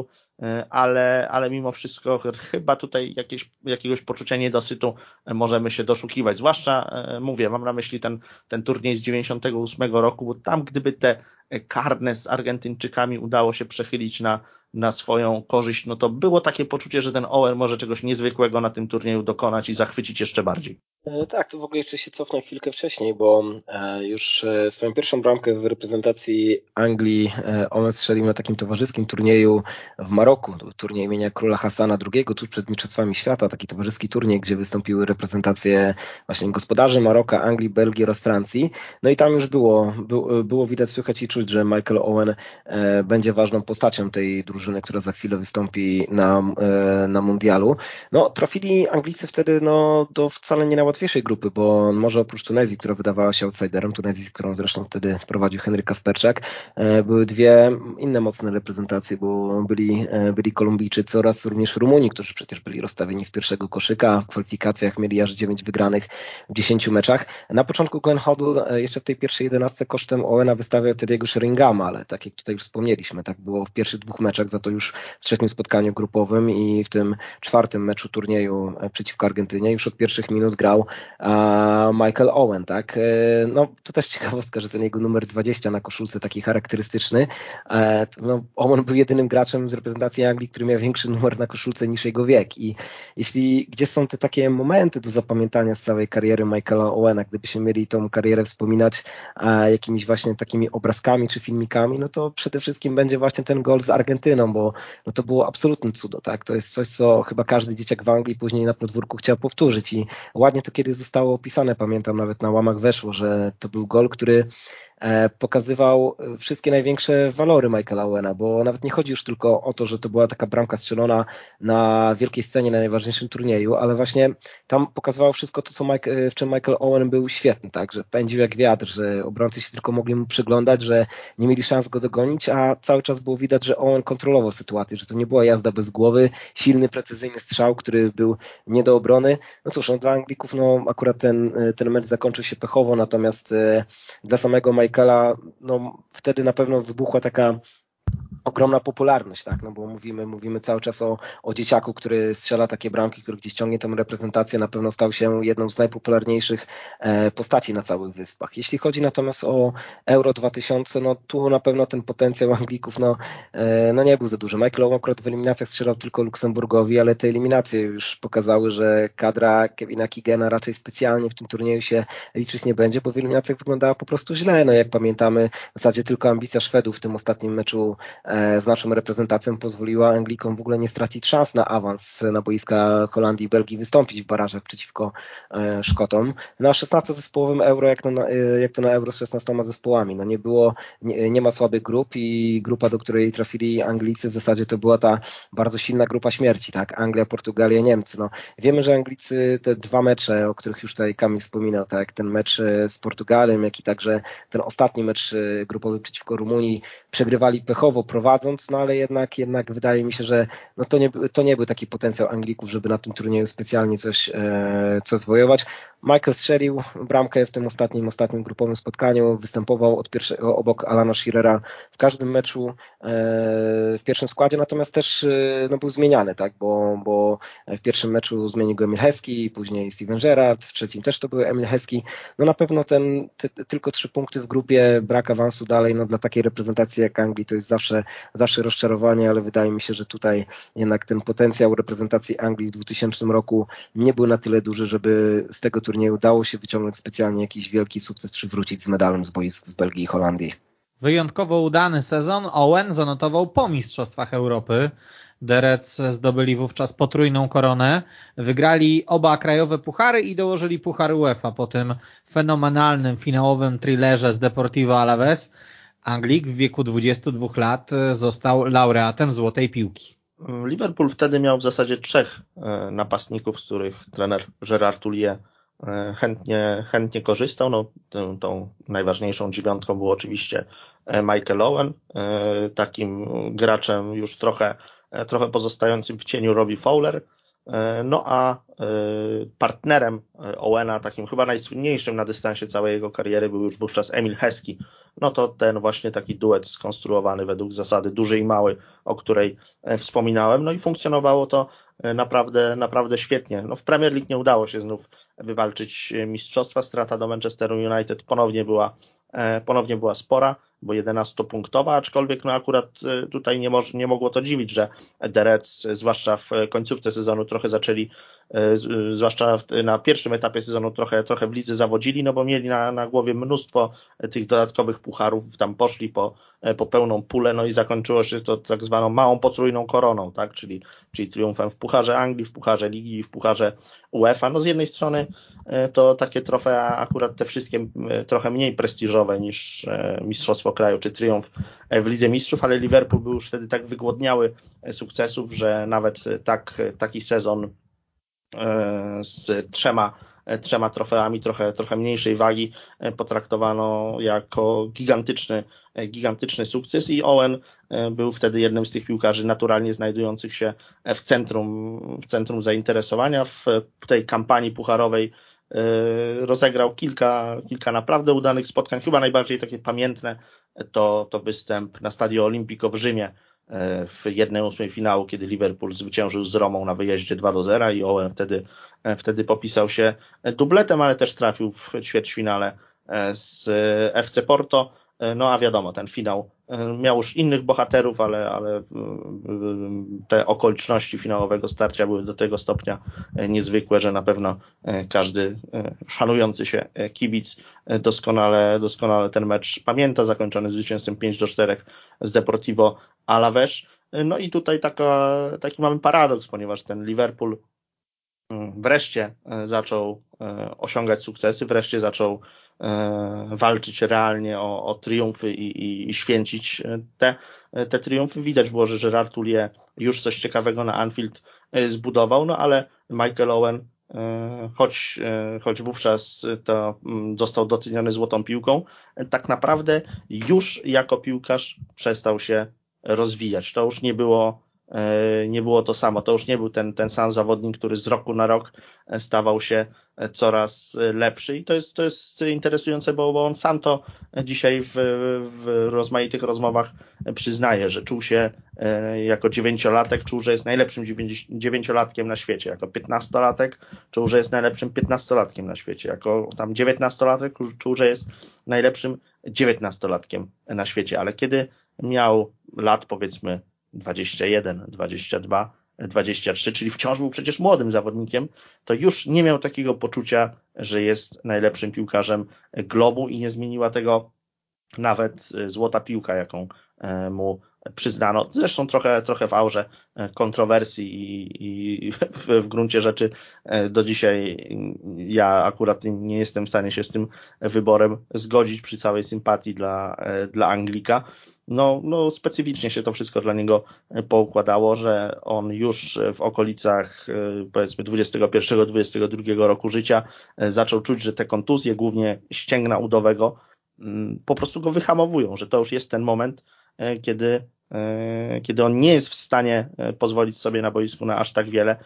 Speaker 3: ale mimo wszystko chyba tutaj jakiegoś poczucia niedosytu możemy się doszukiwać. Zwłaszcza, mam na myśli ten turniej z 98 roku, bo tam gdyby te karne z Argentyńczykami udało się przechylić na swoją korzyść, no to było takie poczucie, że ten Owen może czegoś niezwykłego na tym turnieju dokonać i zachwycić jeszcze bardziej.
Speaker 4: Tak, to w ogóle jeszcze się cofnę chwilkę wcześniej, bo już swoją pierwszą bramkę w reprezentacji Anglii Owen strzelił na takim towarzyskim turnieju w Maroku, turniej imienia króla Hassana II, tuż przed Mistrzostwami Świata, taki towarzyski turniej, gdzie wystąpiły reprezentacje właśnie gospodarzy Maroka, Anglii, Belgii oraz Francji. No i tam już było widać, słychać i czuć, że Michael Owen będzie ważną postacią tej drużyny, która za chwilę wystąpi na mundialu. No, trafili Anglicy wtedy do wcale nie najłatwiejszej łatwiejszej grupy, bo może oprócz Tunezji, która wydawała się outsiderem, Tunezji, którą zresztą wtedy prowadził Henryk Kasperczak, były dwie inne mocne reprezentacje, bo byli Kolumbijczycy oraz również Rumuni, którzy przecież byli rozstawieni z pierwszego koszyka, w kwalifikacjach mieli aż 9 wygranych w 10 meczach. Na początku Glenn Hoddle jeszcze w tej pierwszej 11 kosztem Owena wystawiał Teddy'ego Sheringama, ale tak jak tutaj już wspomnieliśmy, tak było w pierwszych 2 meczach, za to już w 3. spotkaniu grupowym i w tym 4. meczu turnieju przeciwko Argentynie już od pierwszych minut grał Michael Owen, tak? No to też ciekawostka, że ten jego numer 20 na koszulce taki charakterystyczny. No, Owen był jedynym graczem z reprezentacji Anglii, który miał większy numer na koszulce niż jego wiek i gdzie są te takie momenty do zapamiętania z całej kariery Michaela Owena, gdybyśmy mieli tą karierę wspominać jakimiś właśnie takimi obrazkami czy filmikami, no to przede wszystkim będzie właśnie ten gol z Argentyną, bo no to było absolutne cudo, tak? To jest coś, co chyba każdy dzieciak w Anglii później na podwórku chciał powtórzyć i ładnie to kiedyś zostało opisane, pamiętam nawet na łamach weszło, że to był gol, który pokazywał wszystkie największe walory Michaela Owena, bo nawet nie chodzi już tylko o to, że to była taka bramka strzelona na wielkiej scenie, na najważniejszym turnieju, ale właśnie tam pokazywało wszystko to, w czym Michael Owen był świetny, tak, że pędził jak wiatr, że obrońcy się tylko mogli mu przyglądać, że nie mieli szans go dogonić, a cały czas było widać, że Owen kontrolował sytuację, że to nie była jazda bez głowy, silny, precyzyjny strzał, który był nie do obrony. No cóż, no dla Anglików akurat ten mecz zakończył się pechowo, natomiast dla samego Michaela, no wtedy na pewno wybuchła taka ogromna popularność, tak, no bo mówimy cały czas o dzieciaku, który strzela takie bramki, który gdzieś ciągnie tę reprezentację, na pewno stał się jedną z najpopularniejszych postaci na całych wyspach. Jeśli chodzi natomiast o Euro 2000, no tu na pewno ten potencjał Anglików, no nie był za duży. Michael Owen akurat w eliminacjach strzelał tylko Luksemburgowi, ale te eliminacje już pokazały, że kadra Kevina Keegana raczej specjalnie w tym turnieju się liczyć nie będzie, bo w eliminacjach wyglądała po prostu źle, no jak pamiętamy, w zasadzie tylko ambicja Szwedów w tym ostatnim meczu z naszą reprezentacją pozwoliła Anglikom w ogóle nie stracić szans na awans na boiska Holandii i Belgii, wystąpić w barażach przeciwko Szkotom. Na 16-zespołowym Euro, jak to na Euro z 16 zespołami, no nie ma słabych grup i grupa, do której trafili Anglicy, w zasadzie to była ta bardzo silna grupa śmierci, tak, Anglia, Portugalia, Niemcy. No, wiemy, że Anglicy te 2 mecze, o których już tutaj Kamil wspominał, tak, ten mecz z Portugalem, jak i także ten ostatni mecz grupowy przeciwko Rumunii, przegrywali pechowo, prowadząc, no ale jednak wydaje mi się, że no to nie był taki potencjał Anglików, żeby na tym turnieju specjalnie coś zwojować. Michael strzelił bramkę w tym ostatnim grupowym spotkaniu, występował obok Alana Shearera w każdym meczu w pierwszym składzie, natomiast też no, był zmieniany, tak, bo w pierwszym meczu zmienił go Emil Heskey, później Steven Gerrard, w trzecim też to był Emil Heskey. No na pewno tylko 3 punkty w grupie, brak awansu dalej, no dla takiej reprezentacji jak Anglii to jest zawsze rozczarowanie, ale wydaje mi się, że tutaj jednak ten potencjał reprezentacji Anglii w 2000 roku nie był na tyle duży, żeby z tego turnieju dało się wyciągnąć specjalnie jakiś wielki sukces, czy wrócić z medalem z boisk z Belgii i Holandii.
Speaker 2: Wyjątkowo udany sezon Owen zanotował po Mistrzostwach Europy. The Reds zdobyli wówczas potrójną koronę, wygrali oba krajowe puchary i dołożyli puchar UEFA po tym fenomenalnym finałowym thrillerze z Deportivo Alavés. Anglik w wieku 22 lat został laureatem Złotej Piłki.
Speaker 3: Liverpool wtedy miał w zasadzie 3 napastników, z których trener Gérard Houllier chętnie korzystał. No, tą najważniejszą 9 był oczywiście Michael Owen, takim graczem już trochę pozostającym w cieniu Robbie Fowler. No a partnerem Owena, takim chyba najsłynniejszym na dystansie całej jego kariery, był już wówczas Emil Heskey. No to ten właśnie taki duet skonstruowany według zasady duży i mały, o której wspominałem. No i funkcjonowało to naprawdę świetnie. No w Premier League nie udało się znów wywalczyć mistrzostwa. Strata do Manchesteru United ponownie była spora, bo 11-punktowa, aczkolwiek no akurat tutaj nie mogło to dziwić, że The Reds, zwłaszcza w końcówce sezonu trochę zaczęli, zwłaszcza na pierwszym etapie sezonu trochę w lidze zawodzili, no bo mieli na głowie mnóstwo tych dodatkowych pucharów, tam poszli po pełną pulę, no i zakończyło się to tak zwaną małą potrójną koroną, tak, czyli triumfem w Pucharze Anglii, w Pucharze Ligi i w Pucharze UEFA. No z jednej strony to takie trofea akurat te wszystkie trochę mniej prestiżowe niż Mistrzostwo Kraju czy triumf w Lidze Mistrzów, ale Liverpool był już wtedy tak wygłodniały sukcesów, że nawet taki sezon z 3 3 trofeami trochę mniejszej wagi potraktowano jako gigantyczny sukces i Owen był wtedy jednym z tych piłkarzy naturalnie znajdujących się w centrum zainteresowania. W tej kampanii pucharowej rozegrał kilka naprawdę udanych spotkań. Chyba najbardziej takie pamiętne to występ na Stadio Olimpico w Rzymie w 1/8 finału, kiedy Liverpool zwyciężył z Romą na wyjeździe 2-0 i Owen wtedy popisał się dubletem, ale też trafił w ćwierćfinale z FC Porto. No a wiadomo, ten finał miał już innych bohaterów, ale te okoliczności finałowego starcia były do tego stopnia niezwykłe, że na pewno każdy szanujący się kibic doskonale ten mecz pamięta, zakończony zwycięstwem 5-4 z Deportivo Alavés. No i tutaj taki mamy paradoks, ponieważ ten Liverpool wreszcie zaczął osiągać sukcesy, wreszcie zaczął walczyć realnie o triumfy i święcić te triumfy. Widać było, że Gerard Houllier już coś ciekawego na Anfield zbudował, no ale Michael Owen, choć wówczas to został doceniony złotą piłką, tak naprawdę już jako piłkarz przestał się rozwijać. To już nie było to samo. To już nie był ten sam zawodnik, który z roku na rok stawał się coraz lepszy i to jest interesujące, bo on sam to dzisiaj w rozmaitych rozmowach przyznaje, że czuł się jako 9-latek, czuł, że jest najlepszym 9-latkiem na świecie, jako 15-latek czuł, że jest najlepszym 15-latkiem na świecie, jako tam 19-latek czuł, że jest najlepszym 19-latkiem na świecie, ale kiedy miał lat powiedzmy 21, 22, 23, czyli wciąż był przecież młodym zawodnikiem, to już nie miał takiego poczucia, że jest najlepszym piłkarzem globu i nie zmieniła tego nawet złota piłka, jaką mu przyznano. Zresztą trochę w aurze kontrowersji i w gruncie rzeczy do dzisiaj ja akurat nie jestem w stanie się z tym wyborem zgodzić przy całej sympatii dla Anglika. No specyficznie się to wszystko dla niego poukładało, że on już w okolicach powiedzmy 21-22 roku życia zaczął czuć, że te kontuzje, głównie ścięgna udowego, po prostu go wyhamowują, że to już jest ten moment, kiedy on nie jest w stanie pozwolić sobie na boisku na aż tak wiele,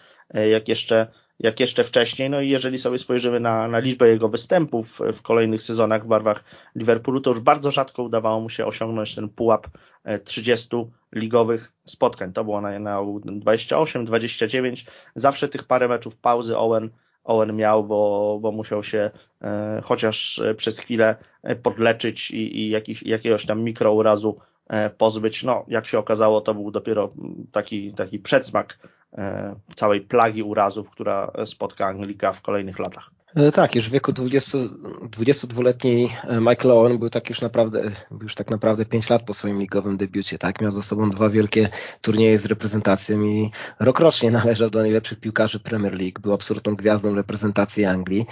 Speaker 3: jak jeszcze wcześniej. No i jeżeli sobie spojrzymy na liczbę jego występów w kolejnych sezonach w barwach Liverpoolu, to już bardzo rzadko udawało mu się osiągnąć ten pułap 30 ligowych spotkań. To było na 28, 29. Zawsze tych parę meczów pauzy Owen miał, bo musiał się chociaż przez chwilę podleczyć i jakiegoś tam mikrourazu pozbyć. No, jak się okazało, to był dopiero taki przedsmak całej plagi urazów, która spotka Anglika w kolejnych latach.
Speaker 4: Tak, już w wieku 22-letni Michael Owen był już tak naprawdę 5 lat po swoim ligowym debiucie, tak? Miał za sobą 2 wielkie turnieje z reprezentacją i rokrocznie należał do najlepszych piłkarzy Premier League, był absolutną gwiazdą reprezentacji Anglii.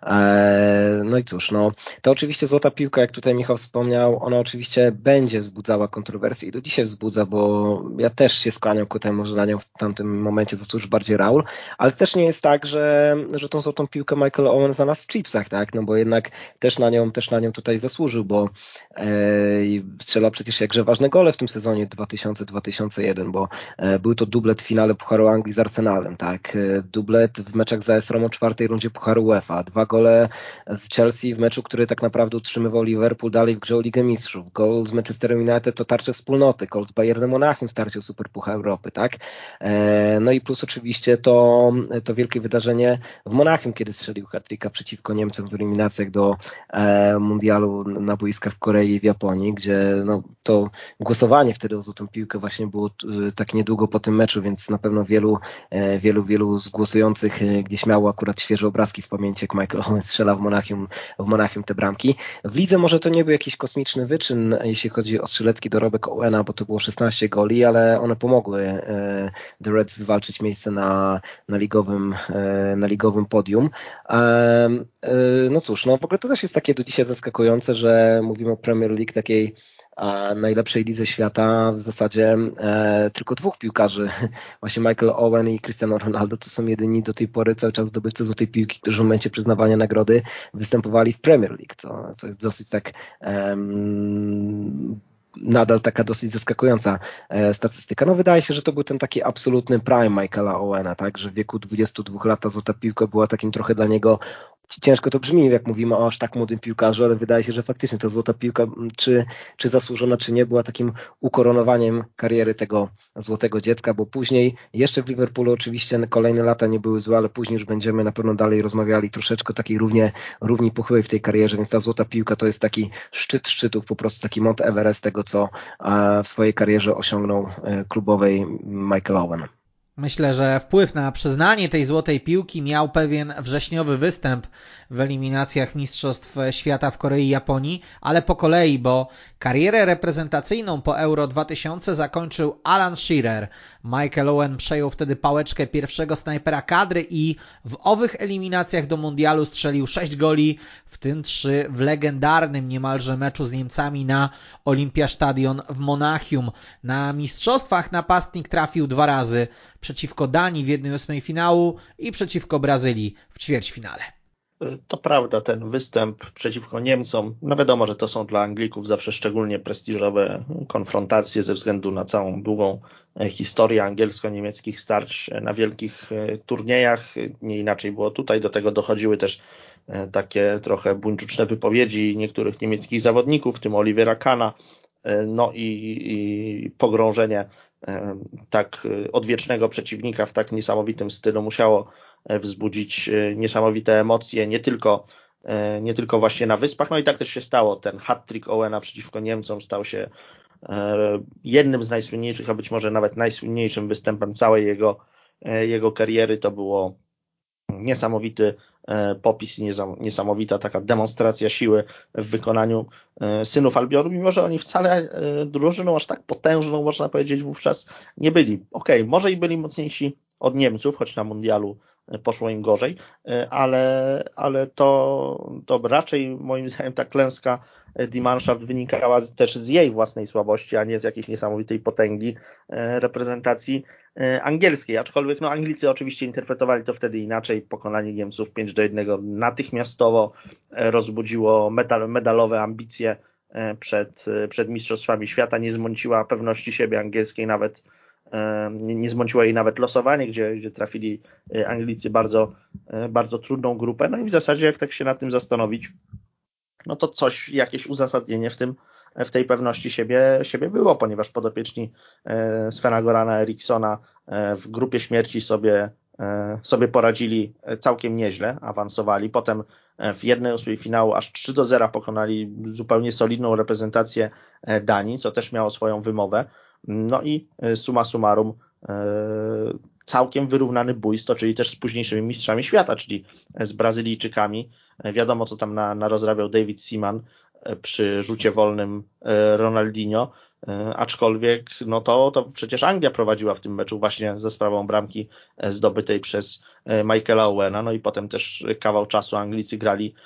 Speaker 4: No i cóż, to oczywiście złota piłka, jak tutaj Michał wspomniał, ona oczywiście będzie wzbudzała kontrowersje i do dzisiaj wzbudza, bo ja też się skłaniam ku temu, że na nią w tamtym momencie zasłużył bardziej Raul, ale też nie jest tak, że tą złotą piłkę Michael Owen znalazł w chipsach, tak? No bo jednak też na nią tutaj zasłużył, bo strzelał przecież jakże ważne gole w tym sezonie 2000-2001, bo był to dublet w finale Pucharu Anglii z Arsenalem, tak? Dublet w meczach z AS Romą w 4. rundzie Pucharu UEFA, 2 gole z Chelsea w meczu, który tak naprawdę utrzymywał Liverpool dalej w grze o Ligę Mistrzów, gol z Manchesterem United to tarcze wspólnoty, gol z Bayernem Monachium w starciu o Superpuchar Europy, tak? No i plus oczywiście to wielkie wydarzenie w Monachium, kiedy strzelił hat-tricka przeciwko Niemcom w eliminacjach do mundialu na boiskach w Korei i w Japonii, gdzie to głosowanie wtedy o złotą piłkę właśnie było tak niedługo po tym meczu, więc na pewno wielu z głosujących gdzieś miało akurat świeże obrazki w pamięci, jak Michael Owen strzela w Monachium te bramki. W lidze może to nie był jakiś kosmiczny wyczyn, jeśli chodzi o strzelecki dorobek Owena, bo to było 16 goli, ale one pomogły The Reds wywalczyć miejsce na ligowym podium. No cóż, w ogóle to też jest takie do dzisiaj zaskakujące, że mówimy o Premier League takiej najlepszej lidze świata w zasadzie tylko 2 piłkarzy, właśnie Michael Owen i Cristiano Ronaldo, to są jedyni do tej pory cały czas zdobywcy złotej piłki, którzy w momencie przyznawania nagrody występowali w Premier League, co jest dosyć tak nadal taka dosyć zaskakująca statystyka. No wydaje się, że to był ten taki absolutny prime Michaela Owena, tak, że w wieku 22 lat ta złota piłka była takim trochę dla niego, ciężko to brzmi, jak mówimy o aż tak młodym piłkarzu, ale wydaje się, że faktycznie ta złota piłka, czy zasłużona, czy nie, była takim ukoronowaniem kariery tego złotego dziecka, bo później, jeszcze w Liverpoolu oczywiście kolejne lata nie były złe, ale później już będziemy na pewno dalej rozmawiali troszeczkę takiej równi pochyłej w tej karierze, więc ta złota piłka to jest taki szczyt szczytów, po prostu taki Mount Everest tego, co w swojej karierze osiągnął klubowej Michael Owen.
Speaker 2: Myślę, że wpływ na przyznanie tej złotej piłki miał pewien wrześniowy występ w eliminacjach Mistrzostw Świata w Korei i Japonii, ale po kolei, bo karierę reprezentacyjną po Euro 2000 zakończył Alan Shearer. Michael Owen przejął wtedy pałeczkę pierwszego snajpera kadry i w owych eliminacjach do mundialu strzelił 6 goli, w tym 3 w legendarnym niemalże meczu z Niemcami na Olympiastadion w Monachium. Na mistrzostwach napastnik trafił 2 razy, przeciwko Danii w 1/8 finału i przeciwko Brazylii w ćwierćfinale.
Speaker 3: To prawda, ten występ przeciwko Niemcom, no wiadomo, że to są dla Anglików zawsze szczególnie prestiżowe konfrontacje ze względu na całą długą historię angielsko-niemieckich starć na wielkich turniejach. Nie inaczej było tutaj, do tego dochodziły też takie trochę buńczuczne wypowiedzi niektórych niemieckich zawodników, w tym Olivera Kahna, no i pogrążenie tak odwiecznego przeciwnika w tak niesamowitym stylu musiało wzbudzić niesamowite emocje, nie tylko właśnie na Wyspach, no i tak też się stało. Ten hat-trick Owena przeciwko Niemcom stał się jednym z najsłynniejszych, a być może nawet najsłynniejszym występem całej jego kariery. To było niesamowity popis i niesamowita taka demonstracja siły w wykonaniu synów Albionu, mimo że oni wcale drużyną aż tak potężną, można powiedzieć, wówczas nie byli. Okej, może i byli mocniejsi od Niemców, choć na mundialu poszło im gorzej, ale to raczej moim zdaniem ta klęska Die Mannschaft wynikała też z jej własnej słabości, a nie z jakiejś niesamowitej potęgi reprezentacji angielskiej. Aczkolwiek no, Anglicy oczywiście interpretowali to wtedy inaczej. Pokonanie Niemców 5-1 natychmiastowo rozbudziło medalowe ambicje przed Mistrzostwami Świata. Nie zmąciła pewności siebie angielskiej nawet. Nie zmąciło jej nawet losowanie, gdzie trafili Anglicy bardzo trudną grupę. No i w zasadzie jak tak się nad tym zastanowić, no to jakieś uzasadnienie w tej pewności siebie było, ponieważ podopieczni Svena-Gorana Erikssona w grupie śmierci sobie poradzili całkiem nieźle, awansowali. Potem w 1/8 finału aż 3-0 pokonali zupełnie solidną reprezentację Danii, co też miało swoją wymowę. No i summa summarum całkiem wyrównany bój stoczyli też z późniejszymi mistrzami świata, czyli z Brazylijczykami. Wiadomo, co tam narozrabiał David Seaman przy rzucie wolnym Ronaldinho, aczkolwiek no to przecież Anglia prowadziła w tym meczu właśnie ze sprawą bramki zdobytej przez Michaela Owena, no i potem też kawał czasu Anglicy grali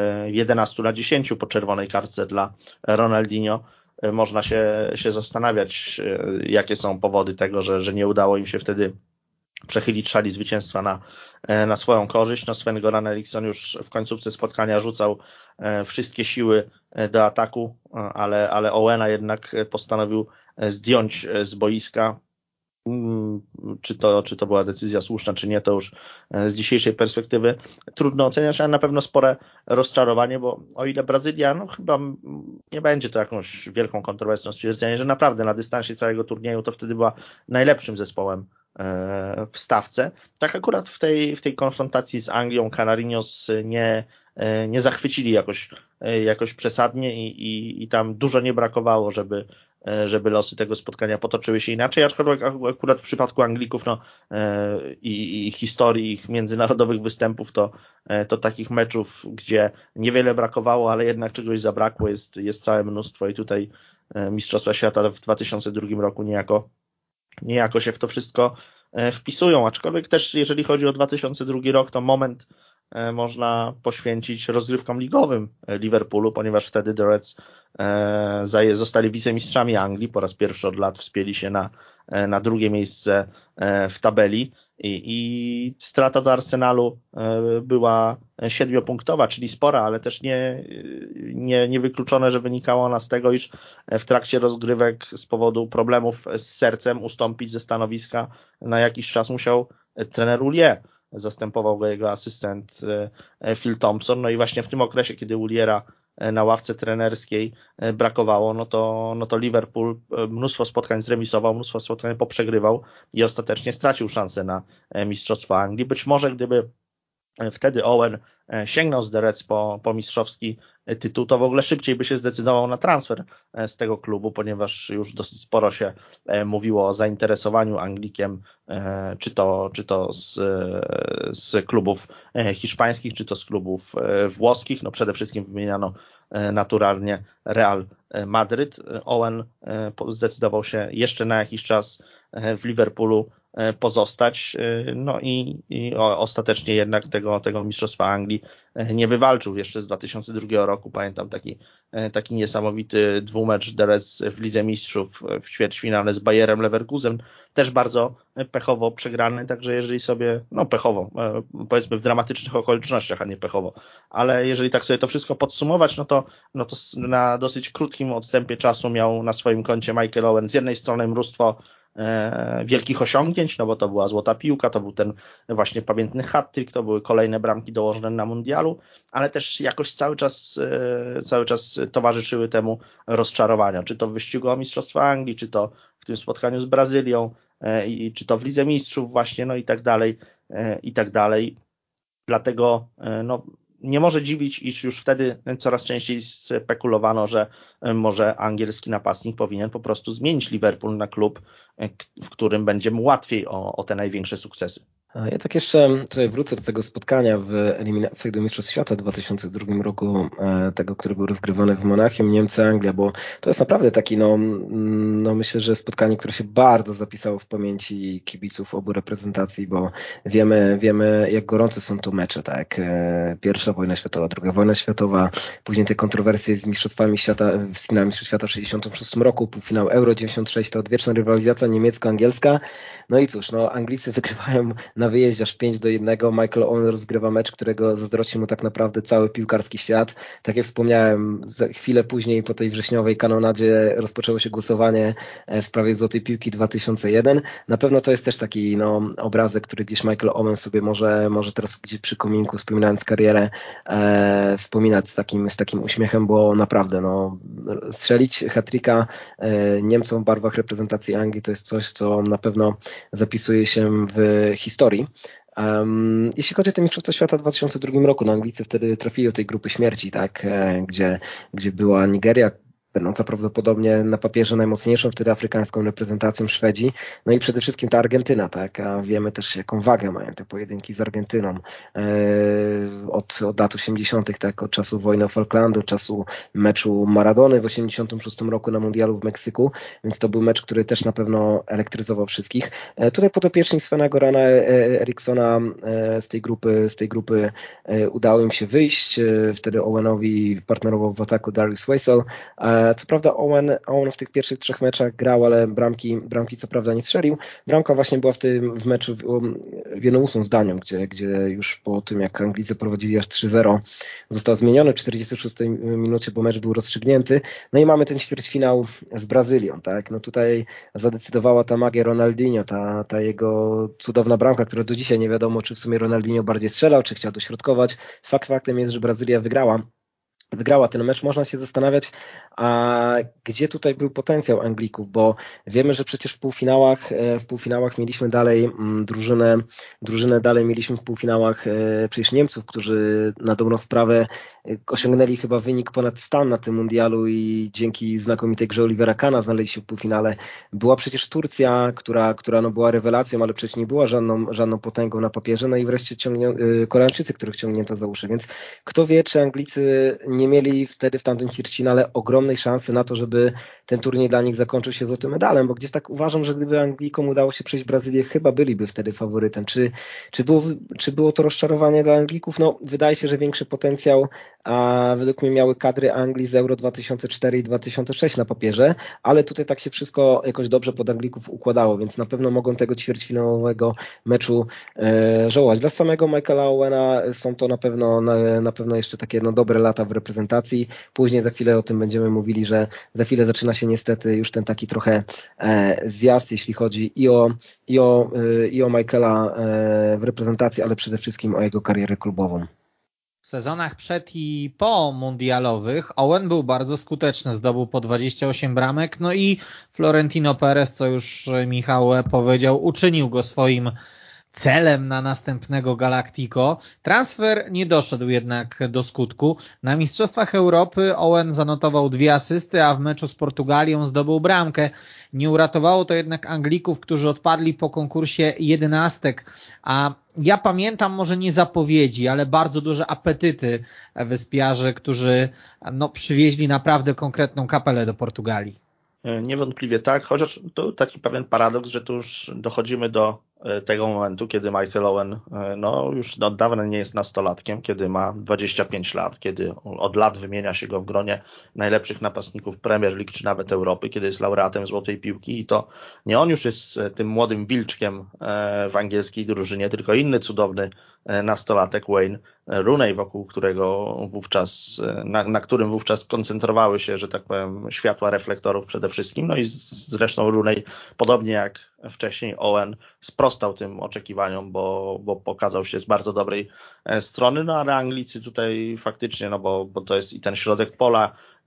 Speaker 3: 11-10 po czerwonej kartce dla Ronaldinho. Można się zastanawiać, jakie są powody tego, że nie udało im się wtedy przechylić szali zwycięstwa na swoją korzyść. No Sven-Goran Eriksson już w końcówce spotkania rzucał wszystkie siły do ataku, ale Owena jednak postanowił zdjąć z boiska. Czy to była decyzja słuszna, czy nie, to już z dzisiejszej perspektywy trudno oceniać, ale na pewno spore rozczarowanie, bo o ile Brazylia, no chyba nie będzie to jakąś wielką kontrowersją stwierdzenie, że naprawdę na dystansie całego turnieju to wtedy była najlepszym zespołem w stawce. Tak akurat w tej konfrontacji z Anglią Canarinos nie zachwycili jakoś przesadnie i tam dużo nie brakowało, żeby losy tego spotkania potoczyły się inaczej, aczkolwiek akurat w przypadku Anglików i historii ich międzynarodowych występów to takich meczów, gdzie niewiele brakowało, ale jednak czegoś zabrakło jest całe mnóstwo i tutaj Mistrzostwa Świata w 2002 roku niejako się w to wszystko wpisują, aczkolwiek też jeżeli chodzi o 2002 rok, to moment można poświęcić rozgrywkom ligowym Liverpoolu, ponieważ wtedy The Reds zostali wicemistrzami Anglii, po raz pierwszy od lat wspięli się na drugie miejsce w tabeli i strata do Arsenalu była 7-punktowa, czyli spora, ale też nie wykluczone, że wynikała ona z tego, iż w trakcie rozgrywek z powodu problemów z sercem ustąpić ze stanowiska na jakiś czas musiał trener Houllier. Zastępował go jego asystent Phil Thompson. No i właśnie w tym okresie, kiedy Houliera na ławce trenerskiej brakowało, no to Liverpool mnóstwo spotkań zremisował, mnóstwo spotkań poprzegrywał i ostatecznie stracił szansę na mistrzostwo Anglii. Być może gdyby wtedy Owen sięgnął z The Reds po mistrzowski tytuł, to w ogóle szybciej by się zdecydował na transfer z tego klubu, ponieważ już dosyć sporo się mówiło o zainteresowaniu Anglikiem, czy to z klubów hiszpańskich, czy to z klubów włoskich. No przede wszystkim wymieniano naturalnie Real Madryt. Owen zdecydował się jeszcze na jakiś czas w Liverpoolu pozostać, no i ostatecznie jednak tego mistrzostwa Anglii nie wywalczył jeszcze z 2002 roku. Pamiętam taki niesamowity dwumecz The Reds w Lidze Mistrzów w ćwierćfinale z Bayerem Leverkusen, też bardzo pechowo przegrany, także jeżeli sobie, no pechowo, powiedzmy w dramatycznych okolicznościach, a nie pechowo, ale jeżeli tak sobie to wszystko podsumować, no to na dosyć krótkim odstępie czasu miał na swoim koncie Michael Owen z jednej strony mnóstwo wielkich osiągnięć, no bo to była złota piłka, to był ten właśnie pamiętny hat-trick, to były kolejne bramki dołożone na mundialu, ale też jakoś cały czas towarzyszyły temu rozczarowania, czy to w wyścigu o mistrzostwo Anglii, czy to w tym spotkaniu z Brazylią, czy to w Lidze Mistrzów właśnie, no i tak dalej. Dlatego no, nie może dziwić, iż już wtedy coraz częściej spekulowano, że może angielski napastnik powinien po prostu zmienić Liverpool na klub, w którym będzie mu łatwiej o te największe sukcesy.
Speaker 4: Ja tak jeszcze tutaj wrócę do tego spotkania w eliminacjach do Mistrzostw Świata w 2002 roku, tego, który był rozgrywany w Monachium, Niemcy-Anglia, bo to jest naprawdę taki, no myślę, że spotkanie, które się bardzo zapisało w pamięci kibiców obu reprezentacji, bo wiemy jak gorące są tu mecze, tak? Pierwsza wojna światowa, druga wojna światowa, później te kontrowersje z Mistrzostwami Świata, z finałem Mistrzostw Świata w 1966 roku, półfinał Euro 96, to odwieczna rywalizacja niemiecko-angielska. No i cóż, no Anglicy wygrywają na wyjeździe aż 5-1. Michael Owen rozgrywa mecz, którego zazdrości mu tak naprawdę cały piłkarski świat. Tak jak wspomniałem, chwilę później po tej wrześniowej kanonadzie rozpoczęło się głosowanie w sprawie Złotej Piłki 2001. Na pewno to jest też taki obrazek, który gdzieś Michael Owen sobie może teraz gdzieś przy kominku, wspominając karierę, wspominać z takim uśmiechem, bo naprawdę strzelić hat-tricka Niemcom w barwach reprezentacji Anglii to jest coś, co na pewno zapisuje się w historii. Jeśli chodzi o te Mistrzostwa Świata w 2002 roku, Anglicy wtedy trafili do tej grupy śmierci, tak, gdzie była Nigeria, będąca prawdopodobnie na papierze najmocniejszą wtedy afrykańską reprezentacją, Szwedzi, no i przede wszystkim ta Argentyna, tak, a wiemy też jaką wagę mają te pojedynki z Argentyną od lat 80., tak, od czasu wojny o Falklandy, czasu meczu Maradony w 86 roku na mundialu w Meksyku, więc to był mecz, który też na pewno elektryzował wszystkich. Tutaj podopieczni Svena Gorana Erikssona z tej grupy udało im się wyjść, wtedy Owenowi partnerował w ataku Darius Weissel. Co prawda Owen w tych pierwszych 3 meczach grał, ale bramki co prawda nie strzelił. Bramka właśnie była w meczu w 1/8 zdaniu, gdzie już po tym jak Anglicy prowadzili aż 3-0 został zmieniony w 46 minucie, bo mecz był rozstrzygnięty. No i mamy ten ćwierćfinał z Brazylią, tak? No tutaj zadecydowała ta magia Ronaldinho, ta jego cudowna bramka, która do dzisiaj nie wiadomo, czy w sumie Ronaldinho bardziej strzelał, czy chciał dośrodkować. Faktem jest, że Brazylia wygrała ten mecz. Można się zastanawiać, a gdzie tutaj był potencjał Anglików, bo wiemy, że przecież w półfinałach mieliśmy dalej drużynę dalej mieliśmy w półfinałach przecież Niemców, którzy na dobrą sprawę osiągnęli chyba wynik ponad stan na tym mundialu i dzięki znakomitej grze Olivera Kahna znaleźli się w półfinale. Była przecież Turcja, która była rewelacją, ale przecież nie była żadną potęgą na papierze, no i wreszcie Koreańczycy, których ciągnięto za uszy, więc kto wie, czy Anglicy nie mieli wtedy w tamtym ćwierćfinale ogromnej szansy na to, żeby ten turniej dla nich zakończył się złotym medalem, bo gdzieś tak uważam, że gdyby Anglikom udało się przejść Brazylię, chyba byliby wtedy faworytem. Czy było to rozczarowanie dla Anglików? No, wydaje się, że większy potencjał, a według mnie miały kadry Anglii z Euro 2004 i 2006 na papierze, ale tutaj tak się wszystko jakoś dobrze pod Anglików układało, więc na pewno mogą tego ćwierćfinałowego meczu żałować. Dla samego Michaela Owena są to na pewno jeszcze takie dobre lata w reprezentacji. Później za chwilę o tym będziemy mówili, że za chwilę zaczyna się niestety już ten taki trochę zjazd, jeśli chodzi i o Michaela w reprezentacji, ale przede wszystkim o jego karierę klubową.
Speaker 2: W sezonach przed i po mundialowych Owen był bardzo skuteczny, zdobył po 28 bramek, no i Florentino Perez, co już Michał powiedział, uczynił go swoim celem na następnego Galactico. Transfer nie doszedł jednak do skutku. Na Mistrzostwach Europy Owen zanotował 2 asysty, a w meczu z Portugalią zdobył bramkę. Nie uratowało to jednak Anglików, którzy odpadli po konkursie 11, a ja pamiętam może nie zapowiedzi, ale bardzo duże apetyty wyspiarzy, którzy przywieźli naprawdę konkretną kapelę do Portugalii.
Speaker 3: Niewątpliwie tak, chociaż to taki pewien paradoks, że tu już dochodzimy do tego momentu, kiedy Michael Owen już od dawna nie jest nastolatkiem, kiedy ma 25 lat, kiedy od lat wymienia się go w gronie najlepszych napastników Premier League czy nawet Europy, kiedy jest laureatem Złotej Piłki i to nie on już jest tym młodym wilczkiem w angielskiej drużynie, tylko inny cudowny nastolatek Wayne Rooney, wokół którego wówczas, na którym wówczas koncentrowały się, że tak powiem, światła reflektorów przede wszystkim. No i zresztą Rooney, podobnie jak wcześniej Owen, sprostał tym oczekiwaniom, bo pokazał się z bardzo dobrej strony, ale Anglicy tutaj faktycznie, bo to jest i ten środek pola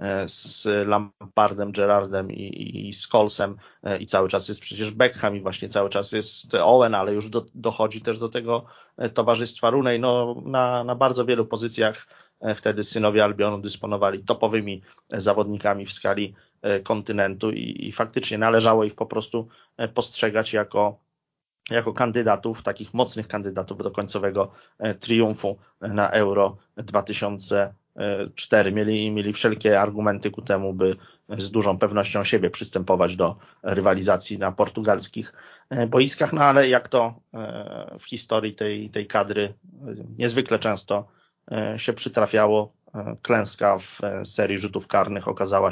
Speaker 3: z Lampardem, Gerrardem i Scholesem i cały czas jest przecież Beckham i właśnie cały czas jest Owen, ale już dochodzi też do tego towarzystwa Rooney. Na bardzo wielu pozycjach wtedy synowie Albionu dysponowali topowymi zawodnikami w skali kontynentu i faktycznie należało ich po prostu postrzegać jako kandydatów, takich mocnych kandydatów do końcowego triumfu na Euro 2004. Mieli wszelkie argumenty ku temu, by z dużą pewnością siebie przystępować do rywalizacji na portugalskich boiskach, ale jak to w historii tej kadry niezwykle często się przytrafiało, klęska w serii rzutów karnych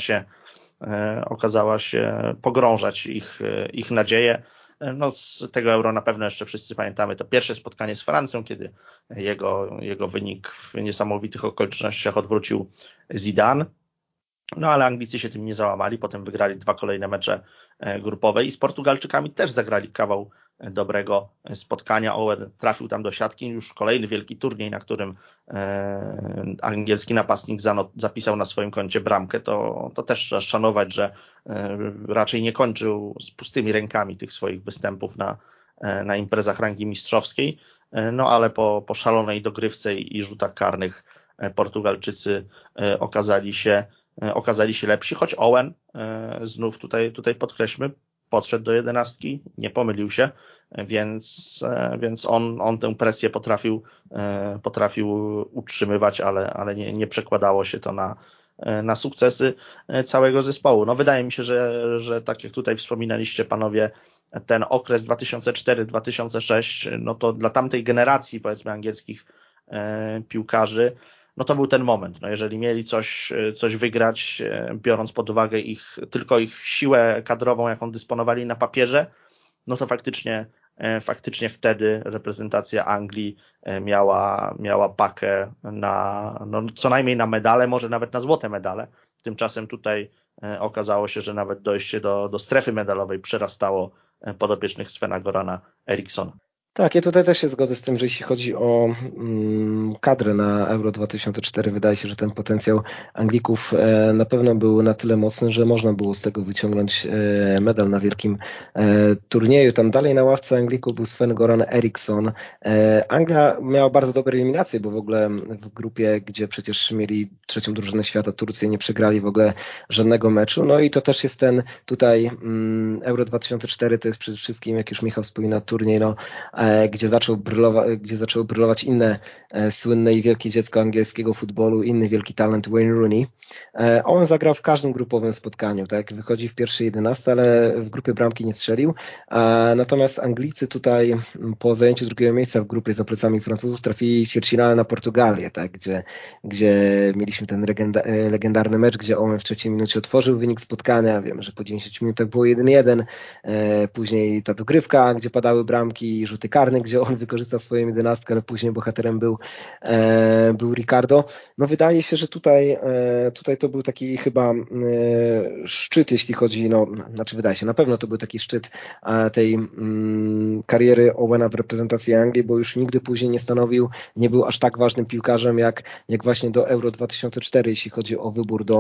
Speaker 3: okazała się pogrążać ich nadzieje. Z tego Euro na pewno jeszcze wszyscy pamiętamy to pierwsze spotkanie z Francją, kiedy jego wynik w niesamowitych okolicznościach odwrócił Zidane. Ale Anglicy się tym nie załamali, potem wygrali 2 kolejne mecze grupowe i z Portugalczykami też zagrali kawał dobrego spotkania. Owen trafił tam do siatki, już kolejny wielki turniej, na którym angielski napastnik zapisał na swoim koncie bramkę. To też trzeba szanować, że raczej nie kończył z pustymi rękami tych swoich występów na imprezach rangi mistrzowskiej, ale po szalonej dogrywce i rzutach karnych Portugalczycy okazali się lepsi, choć Owen, znów tutaj podkreślmy, podszedł do 11, nie pomylił się, więc on tę presję potrafił utrzymywać, ale nie przekładało się to na sukcesy całego zespołu. Wydaje mi się, że tak jak tutaj wspominaliście panowie, ten okres 2004-2006, to dla tamtej generacji, powiedzmy, angielskich piłkarzy, to był ten moment. Jeżeli mieli coś wygrać, biorąc pod uwagę tylko ich siłę kadrową, jaką dysponowali na papierze, to faktycznie wtedy reprezentacja Anglii miała pakę co najmniej na medale, może nawet na złote medale. Tymczasem tutaj okazało się, że nawet dojście do strefy medalowej przerastało podopiecznych Svena Gorana Erikssona.
Speaker 4: Tak, ja tutaj też się zgodzę z tym, że jeśli chodzi o kadrę na Euro 2004, wydaje się, że ten potencjał Anglików na pewno był na tyle mocny, że można było z tego wyciągnąć medal na wielkim turnieju. Tam dalej na ławce Anglików był Sven-Goran Eriksson. Anglia miała bardzo dobre eliminacje, bo w ogóle w grupie, gdzie przecież mieli trzecią drużynę świata, Turcję, nie przegrali w ogóle żadnego meczu. I to też jest ten tutaj Euro 2004, to jest przede wszystkim, jak już Michał wspomina, turniej gdzie zaczęło brylować inne słynne i wielkie dziecko angielskiego futbolu, inny wielki talent Wayne Rooney. Owen zagrał w każdym grupowym spotkaniu, tak? Wychodzi w pierwszej 11, ale w grupie bramki nie strzelił. Natomiast Anglicy tutaj po zajęciu drugiego miejsca w grupie za plecami Francuzów trafili w ćwierćfinale na Portugalię, tak? Gdzie mieliśmy ten legendarny mecz, gdzie Owen w trzeciej minucie otworzył wynik spotkania. Wiemy, że po 90 minutach było 1-1. Później ta dogrywka, gdzie padały bramki i rzuty karne, gdzie on wykorzystał swoją 11, ale później bohaterem był Ricardo. No wydaje się, że tutaj to był taki chyba szczyt, jeśli chodzi, wydaje się, na pewno to był taki szczyt tej kariery Owena w reprezentacji Anglii, bo już nigdy później nie był aż tak ważnym piłkarzem jak właśnie do Euro 2004, jeśli chodzi o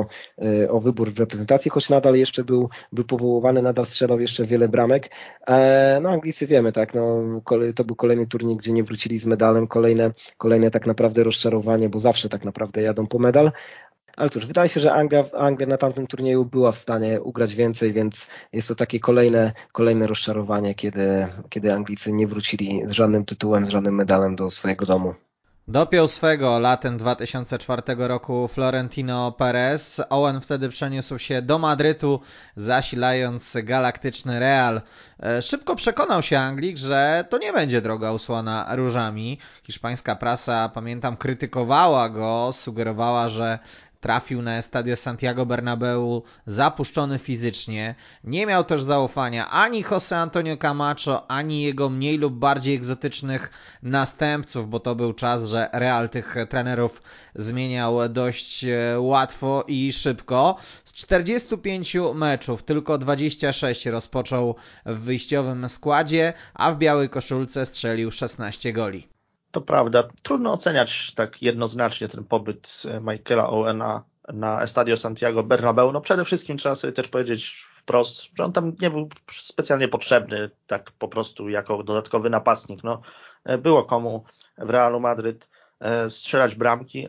Speaker 4: wybór w reprezentacji, choć nadal jeszcze był powoływany, nadal strzelał jeszcze wiele bramek. No Anglicy wiemy, tak, to był kolejny turniej, gdzie nie wrócili z medalem, kolejne tak naprawdę rozczarowanie, bo zawsze tak naprawdę jadą po medal. Ale cóż, wydaje się, że Anglia na tamtym turnieju była w stanie ugrać więcej, więc jest to takie kolejne rozczarowanie, kiedy Anglicy nie wrócili z żadnym tytułem, z żadnym medalem do swojego domu.
Speaker 2: Dopiął swego latem 2004 roku Florentino Perez. Owen wtedy przeniósł się do Madrytu, zasilając galaktyczny Real. Szybko przekonał się Anglik, że to nie będzie droga usłana różami. Hiszpańska prasa, pamiętam, krytykowała go, sugerowała, że trafił na Estadio Santiago Bernabeu zapuszczony fizycznie. Nie miał też zaufania ani José Antonio Camacho, ani jego mniej lub bardziej egzotycznych następców, bo to był czas, że Real tych trenerów zmieniał dość łatwo i szybko. Z 45 meczów tylko 26 rozpoczął w wyjściowym składzie, a w białej koszulce strzelił 16 goli.
Speaker 3: To prawda. Trudno oceniać tak jednoznacznie ten pobyt Michaela Owena na Estadio Santiago Bernabeu. No przede wszystkim trzeba sobie też powiedzieć wprost, że on tam nie był specjalnie potrzebny tak po prostu jako dodatkowy napastnik. No, było komu w Realu Madryt strzelać bramki,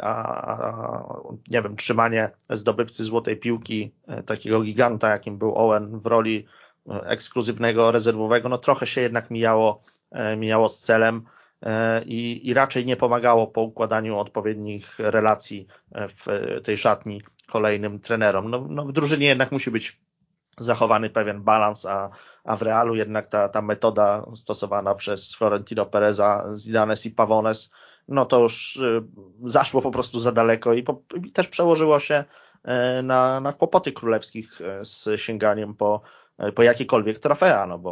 Speaker 3: a nie wiem, trzymanie zdobywcy złotej piłki, takiego giganta jakim był Owen w roli ekskluzywnego rezerwowego, no trochę się jednak mijało z celem. I raczej nie pomagało po układaniu odpowiednich relacji w tej szatni kolejnym trenerom. No w drużynie jednak musi być zachowany pewien balans, a w Realu jednak ta metoda stosowana przez Florentino Pereza, Zidanes i Pavones, no to już zaszło po prostu za daleko i też przełożyło się na kłopoty królewskich z sięganiem po jakiekolwiek trofea, no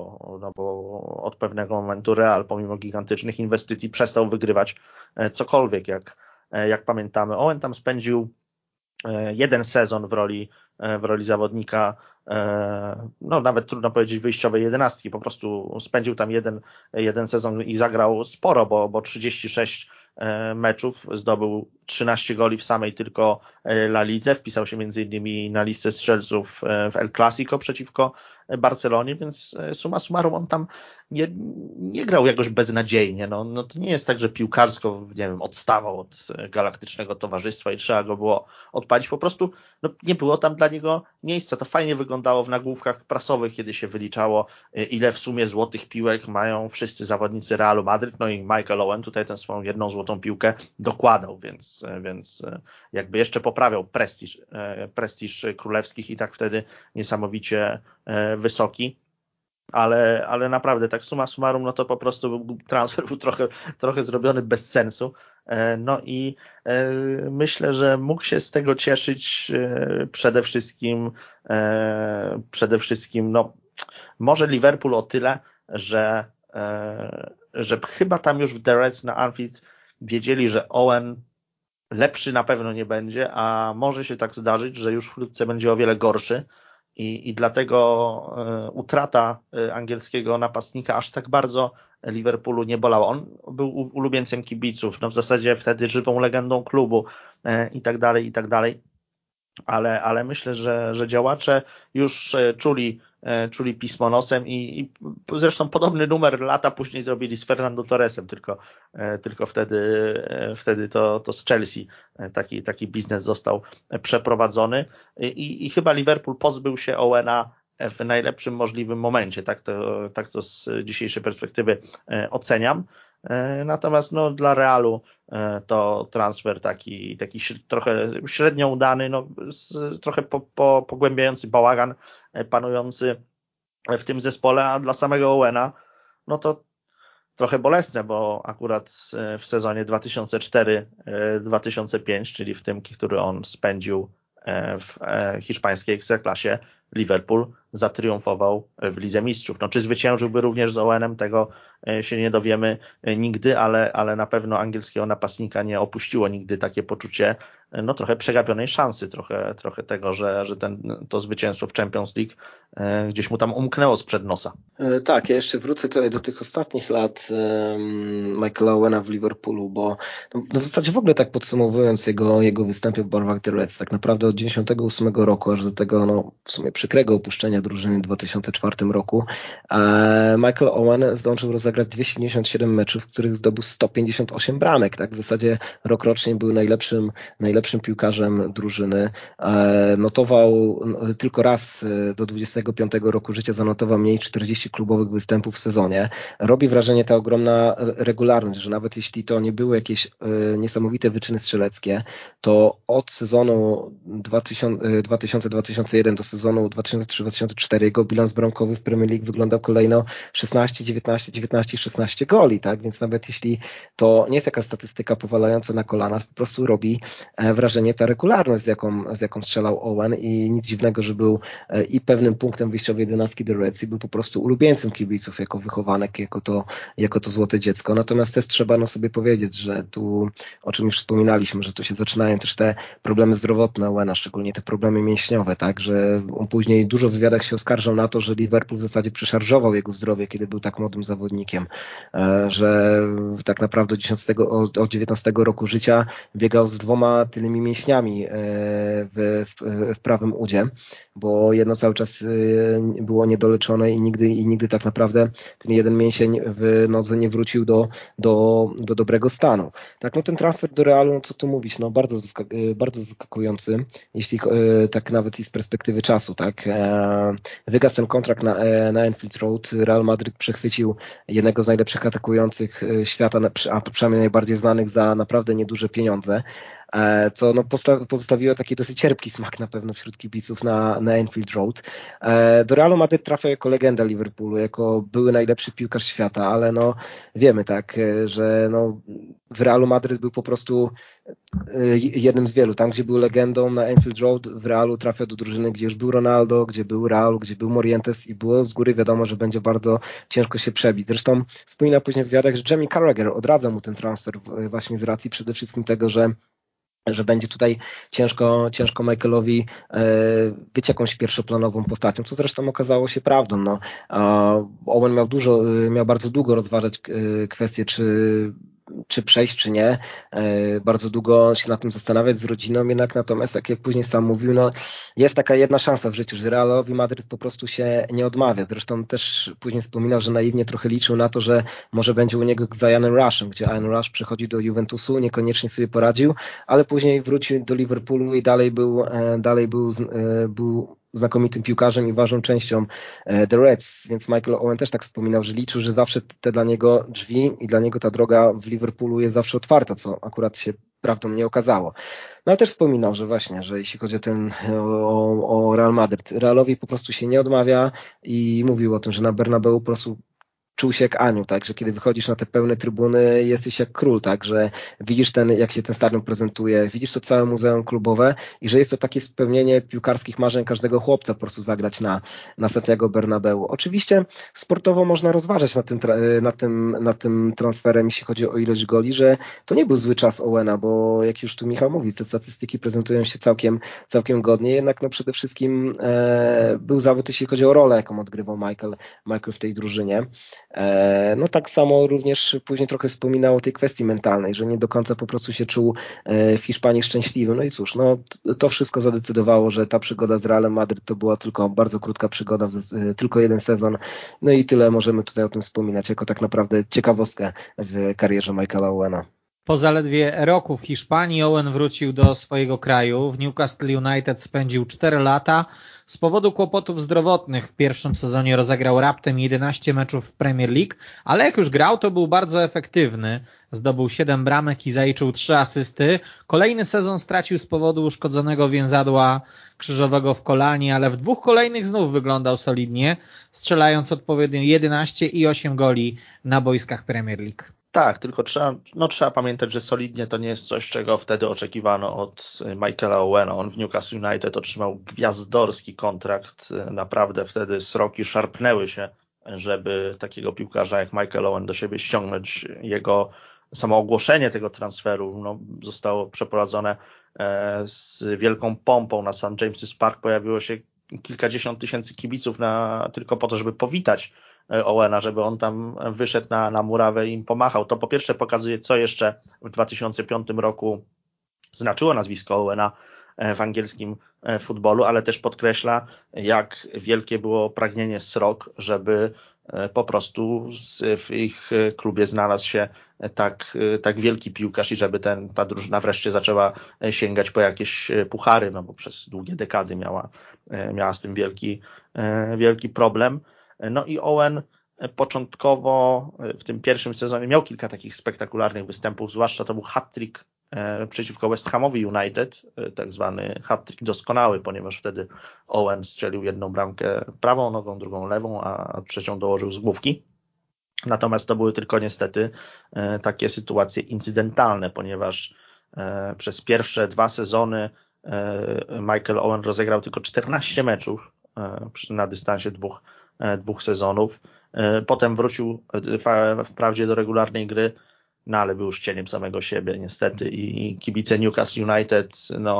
Speaker 3: bo od pewnego momentu Real, pomimo gigantycznych inwestycji, przestał wygrywać cokolwiek, jak pamiętamy. Owen tam spędził jeden sezon w roli zawodnika, no nawet trudno powiedzieć wyjściowej 11, po prostu spędził tam jeden sezon i zagrał sporo, bo 36 meczów, zdobył 13 goli w samej tylko La Lidze, wpisał się m.in. na listę strzelców w El Clasico przeciwko Barcelonie, więc summa summarum on tam nie grał jakoś beznadziejnie. No to nie jest tak, że piłkarsko, nie wiem, odstawał od galaktycznego towarzystwa i trzeba go było odpalić. Po prostu nie było tam dla niego miejsca. To fajnie wyglądało w nagłówkach prasowych, kiedy się wyliczało, ile w sumie złotych piłek mają wszyscy zawodnicy Realu Madryt. No i Michael Owen tutaj tę swoją jedną złotą piłkę dokładał, więc jakby jeszcze poprawiał prestiż królewskich i tak wtedy niesamowicie wysoki. Ale naprawdę tak summa summarum, no to po prostu transfer był trochę zrobiony bez sensu. No i myślę, że mógł się z tego cieszyć przede wszystkim no może Liverpool o tyle, że chyba tam już w The Reds na Anfield wiedzieli, że Owen lepszy na pewno nie będzie, a może się tak zdarzyć, że już wkrótce będzie o wiele gorszy. I dlatego utrata angielskiego napastnika aż tak bardzo Liverpoolu nie bolała. On był ulubieńcem kibiców, no w zasadzie wtedy żywą legendą klubu i tak dalej. Ale myślę, że działacze już czuli pismo nosem i zresztą podobny numer lata później zrobili z Fernando Torresem, tylko wtedy to z Chelsea taki biznes został przeprowadzony i chyba Liverpool pozbył się Owena w najlepszym możliwym momencie. Tak to z dzisiejszej perspektywy oceniam. Natomiast no, dla Realu to transfer taki trochę średnio udany, no, trochę pogłębiający bałagan panujący w tym zespole, a dla samego Owena no to trochę bolesne, bo akurat w sezonie 2004-2005, czyli w tym, który on spędził w hiszpańskiej ekstraklasie, Liverpool zatriumfował w Lidze Mistrzów. No, czy zwyciężyłby również z Owenem, tego się nie dowiemy nigdy, ale na pewno angielskiego napastnika nie opuściło nigdy takie poczucie no trochę przegapionej szansy, trochę tego, że to zwycięstwo w Champions League gdzieś mu tam umknęło sprzed nosa.
Speaker 4: Tak, ja jeszcze wrócę tutaj do tych ostatnich lat Michaela Owena w Liverpoolu, bo no w zasadzie w ogóle tak podsumowując jego występy w barwach The Reds, tak naprawdę od 1998 roku aż do tego no w sumie przykrego opuszczenia drużyny w 2004 roku Michael Owen zdążył rozegrać 297 meczów, w których zdobył 158 bramek, tak w zasadzie rok rocznie był najlepszym piłkarzem drużyny. Notował tylko raz do 25 roku życia zanotował mniej 40 klubowych występów w sezonie. Robi wrażenie ta ogromna regularność, że nawet jeśli to nie były jakieś niesamowite wyczyny strzeleckie, to od sezonu 2000-2001 do sezonu 2003-2004 jego bilans bramkowy w Premier League wyglądał kolejno 16, 19, 19 i 16 goli, tak? Więc nawet jeśli to nie jest jakaś statystyka powalająca na kolana, to po prostu robi wrażenie ta regularność, z jaką strzelał Owen i nic dziwnego, że był i pewnym punktem wyjściowej 11 The Reds i był po prostu ulubieńcem kibiców jako wychowanek, jako to złote dziecko. Natomiast też trzeba sobie powiedzieć, że tu, o czym już wspominaliśmy, że tu się zaczynają też te problemy zdrowotne Owena, szczególnie te problemy mięśniowe, tak, że on później dużo w wywiadach się oskarżał na to, że Liverpool w zasadzie przeszarżował jego zdrowie, kiedy był tak młodym zawodnikiem, że tak naprawdę od 19 roku życia biegał z 2 tylnymi mięśniami w prawym udzie, bo jedno cały czas było niedoleczone i nigdy tak naprawdę ten jeden mięsień w nodze nie wrócił do dobrego stanu. Tak, no ten transfer do Realu, no co tu mówić, no bardzo zaskakujący, jeśli tak nawet i z perspektywy czasu, tak. Wygasł ten kontrakt na Anfield Road, Real Madryt przechwycił jednego z najlepszych atakujących świata, a przynajmniej najbardziej znanych za naprawdę nieduże pieniądze, co no pozostawiło taki dosyć cierpki smak na pewno wśród kibiców na Anfield Road. Do Realu Madryt trafia jako legenda Liverpoolu, jako były najlepszy piłkarz świata, ale no wiemy tak, że no w Realu Madryt był po prostu jednym z wielu. Tam, gdzie był legendą na Anfield Road, w Realu trafia do drużyny, gdzie już był Ronaldo, gdzie był Raul, gdzie był Morientes i było z góry wiadomo, że będzie bardzo ciężko się przebić. Zresztą wspomina później w wywiadach, że Jamie Carragher odradza mu ten transfer właśnie z racji przede wszystkim tego, że będzie tutaj ciężko Michaelowi być jakąś pierwszoplanową postacią, co zresztą okazało się prawdą. No, Owen miał bardzo długo rozważać kwestię, czy przejść, czy nie. Bardzo długo się nad tym zastanawiać z rodziną, jednak natomiast, jak później sam mówił, no jest taka jedna szansa w życiu, że Realowi Madryt po prostu się nie odmawia. Zresztą też później wspominał, że naiwnie trochę liczył na to, że może będzie u niego za Ianem Rushem, gdzie Ian Rush przychodzi do Juventusu, niekoniecznie sobie poradził, ale później wrócił do Liverpoolu i dalej był znakomitym piłkarzem i ważną częścią The Reds, więc Michael Owen też tak wspominał, że liczył, że zawsze te dla niego drzwi i dla niego ta droga w Liverpoolu jest zawsze otwarta, co akurat się prawdą nie okazało. No ale też wspominał, że właśnie, że jeśli chodzi o Real Madryt, Realowi po prostu się nie odmawia i mówił o tym, że na Bernabeu po prostu czuł się jak anioł, tak, że kiedy wychodzisz na te pełne trybuny, jesteś jak król, tak, że widzisz jak się ten stadion prezentuje, widzisz to całe muzeum klubowe i że jest to takie spełnienie piłkarskich marzeń każdego chłopca po prostu zagrać na Santiago Bernabeu. Oczywiście sportowo można rozważać nad tym transferem, jeśli chodzi o ilość goli, że to nie był zły czas Owena, bo jak już tu Michał mówi, te statystyki prezentują się całkiem godnie, jednak no przede wszystkim był zawód, jeśli chodzi o rolę, jaką odgrywał Michael w tej drużynie. No tak samo również później trochę wspominał o tej kwestii mentalnej, że nie do końca po prostu się czuł w Hiszpanii szczęśliwym. No i cóż, no to wszystko zadecydowało, że ta przygoda z Realem Madryt to była tylko bardzo krótka przygoda, tylko jeden sezon. No i tyle możemy tutaj o tym wspominać, jako tak naprawdę ciekawostkę w karierze Michaela Owena.
Speaker 2: Po zaledwie roku w Hiszpanii Owen wrócił do swojego kraju. W Newcastle United spędził 4 lata. Z powodu kłopotów zdrowotnych w pierwszym sezonie rozegrał raptem 11 meczów w Premier League, ale jak już grał, to był bardzo efektywny. Zdobył 7 bramek i zaliczył 3 asysty. Kolejny sezon stracił z powodu uszkodzonego więzadła krzyżowego w kolanie, ale w 2 kolejnych znów wyglądał solidnie, strzelając odpowiednio 11 i 8 goli na boiskach Premier League.
Speaker 3: Tak, tylko trzeba pamiętać, że solidnie to nie jest coś, czego wtedy oczekiwano od Michaela Owena. On w Newcastle United otrzymał gwiazdorski kontrakt. Naprawdę wtedy sroki szarpnęły się, żeby takiego piłkarza jak Michael Owen do siebie ściągnąć. Jego samo ogłoszenie tego transferu zostało przeprowadzone z wielką pompą na St. James's Park. Pojawiło się kilkadziesiąt tysięcy kibiców tylko po to, żeby powitać Owena, żeby on tam wyszedł na murawę i im pomachał. To po pierwsze pokazuje, co jeszcze w 2005 roku znaczyło nazwisko Owena w angielskim futbolu, ale też podkreśla, jak wielkie było pragnienie Srok, żeby po prostu w ich klubie znalazł się tak wielki piłkarz i żeby ta drużyna wreszcie zaczęła sięgać po jakieś puchary, no bo przez długie dekady miała z tym wielki problem. No i Owen początkowo w tym pierwszym sezonie miał kilka takich spektakularnych występów, zwłaszcza to był hat-trick przeciwko West Hamowi United, tak zwany hat-trick doskonały, ponieważ wtedy Owen strzelił 1 bramkę prawą nogą, drugą lewą, a trzecią dołożył z główki. Natomiast to były tylko niestety takie sytuacje incydentalne, ponieważ przez pierwsze 2 sezony Michael Owen rozegrał tylko 14 meczów na dystansie 2 sezonów. Potem wrócił wprawdzie do regularnej gry, no ale był już cieniem samego siebie niestety i kibice Newcastle United,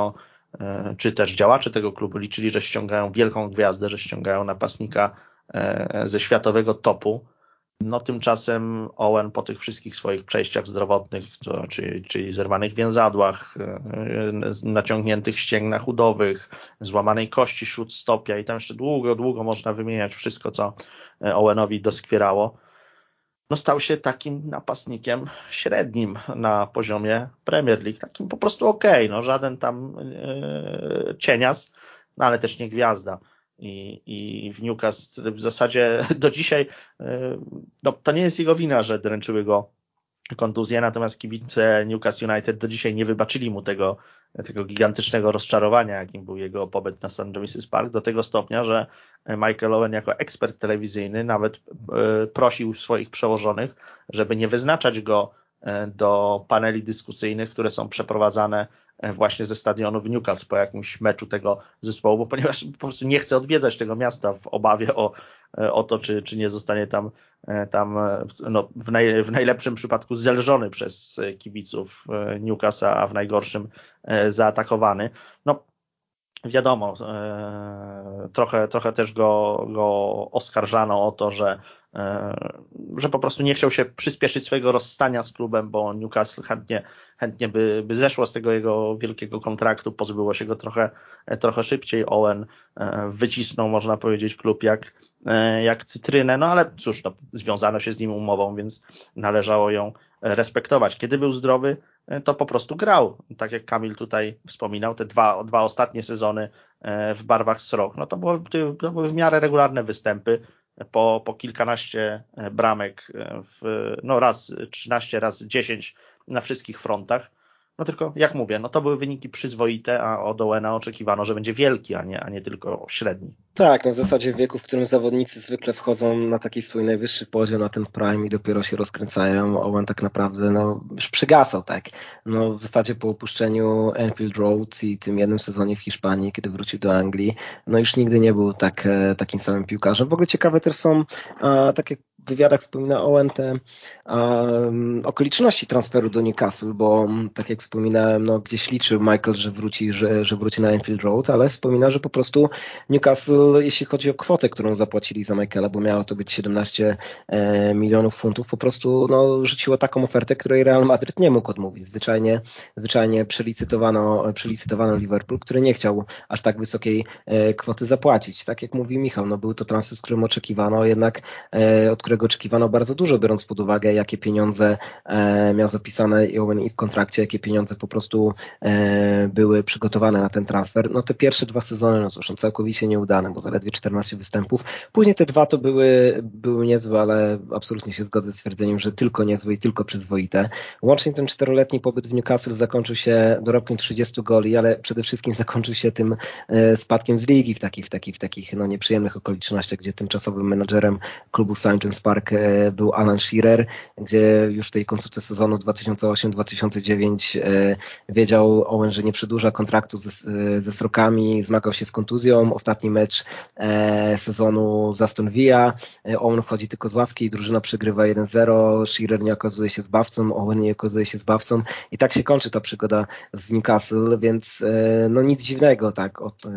Speaker 3: czy też działacze tego klubu liczyli, że ściągają wielką gwiazdę, że ściągają napastnika ze światowego topu. No tymczasem Owen po tych wszystkich swoich przejściach zdrowotnych, czyli zerwanych więzadłach, naciągniętych ścięgnach udowych, złamanej kości śródstopia i tam jeszcze długo można wymieniać wszystko, co Owenowi doskwierało, stał się takim napastnikiem średnim na poziomie Premier League, takim po prostu okej, żaden tam cienias, ale też nie gwiazda. I w Newcastle w zasadzie do dzisiaj to nie jest jego wina, że dręczyły go kontuzje, natomiast kibice Newcastle United do dzisiaj nie wybaczyli mu tego gigantycznego rozczarowania, jakim był jego pobyt na St. James's Park, do tego stopnia, że Michael Owen jako ekspert telewizyjny nawet prosił swoich przełożonych, żeby nie wyznaczać go do paneli dyskusyjnych, które są przeprowadzane właśnie ze stadionu w Newcastle po jakimś meczu tego zespołu, ponieważ po prostu nie chce odwiedzać tego miasta w obawie o to, czy nie zostanie tam w najlepszym przypadku zelżony przez kibiców Newcastle, a w najgorszym zaatakowany. Wiadomo, trochę też go oskarżano o to, że po prostu nie chciał się przyspieszyć swojego rozstania z klubem, bo Newcastle chętnie by zeszło z tego jego wielkiego kontraktu, pozbyło się go trochę szybciej. Owen wycisnął, można powiedzieć, klub jak cytrynę, ale cóż, związano się z nim umową, więc należało ją respektować. Kiedy był zdrowy, to po prostu grał. Tak jak Kamil tutaj wspominał, te dwa ostatnie sezony w barwach Srok, to były w miarę regularne występy, po kilkanaście bramek, raz 13, raz 10 na wszystkich frontach. Tylko, jak mówię, to były wyniki przyzwoite, a od Owena oczekiwano, że będzie wielki, a nie tylko średni.
Speaker 4: Tak, w zasadzie w wieku, w którym zawodnicy zwykle wchodzą na taki swój najwyższy poziom, na ten prime i dopiero się rozkręcają, Owen tak naprawdę już przygasał, tak. W zasadzie po opuszczeniu Anfield Road i tym jednym sezonie w Hiszpanii, kiedy wrócił do Anglii, już nigdy nie był takim samym piłkarzem. W ogóle ciekawe też są, tak jak w wywiadach wspomina Owen, te okoliczności transferu do Newcastle, bo tak jak wspominałem, gdzieś liczył Michael, że wróci na Anfield Road, ale wspomina, że po prostu Newcastle, jeśli chodzi o kwotę, którą zapłacili za Michaela, bo miało to być 17 milionów funtów, po prostu rzuciło taką ofertę, której Real Madryt nie mógł odmówić. Zwyczajnie przelicytowano Liverpool, który nie chciał aż tak wysokiej kwoty zapłacić. Tak jak mówi Michał, był to transfer, z którym oczekiwano, jednak od którego którego oczekiwano bardzo dużo, biorąc pod uwagę, jakie pieniądze miał zapisane Owen i w kontrakcie, jakie pieniądze po prostu były przygotowane na ten transfer. No te pierwsze 2 sezony, no cóż, całkowicie nieudane, bo zaledwie 14 występów. Później te 2 to były niezłe, ale absolutnie się zgodzę z twierdzeniem, że tylko niezłe i tylko przyzwoite. Łącznie ten 4-letni pobyt w Newcastle zakończył się dorobkiem 30 goli, ale przede wszystkim zakończył się tym spadkiem z ligi w takich no, nieprzyjemnych okolicznościach, gdzie tymczasowym menadżerem klubu St. James Park był Alan Shearer, gdzie już w tej końcówce sezonu 2008-2009 wiedział Owen, że nie przedłuża kontraktu ze Srokami, zmagał się z kontuzją. Ostatni mecz sezonu z Aston Villa. Owen wchodzi tylko z ławki i drużyna przegrywa 1-0. Shearer nie okazuje się zbawcą, Owen nie okazuje się zbawcą i tak się kończy ta przygoda z Newcastle, więc no nic dziwnego, tak,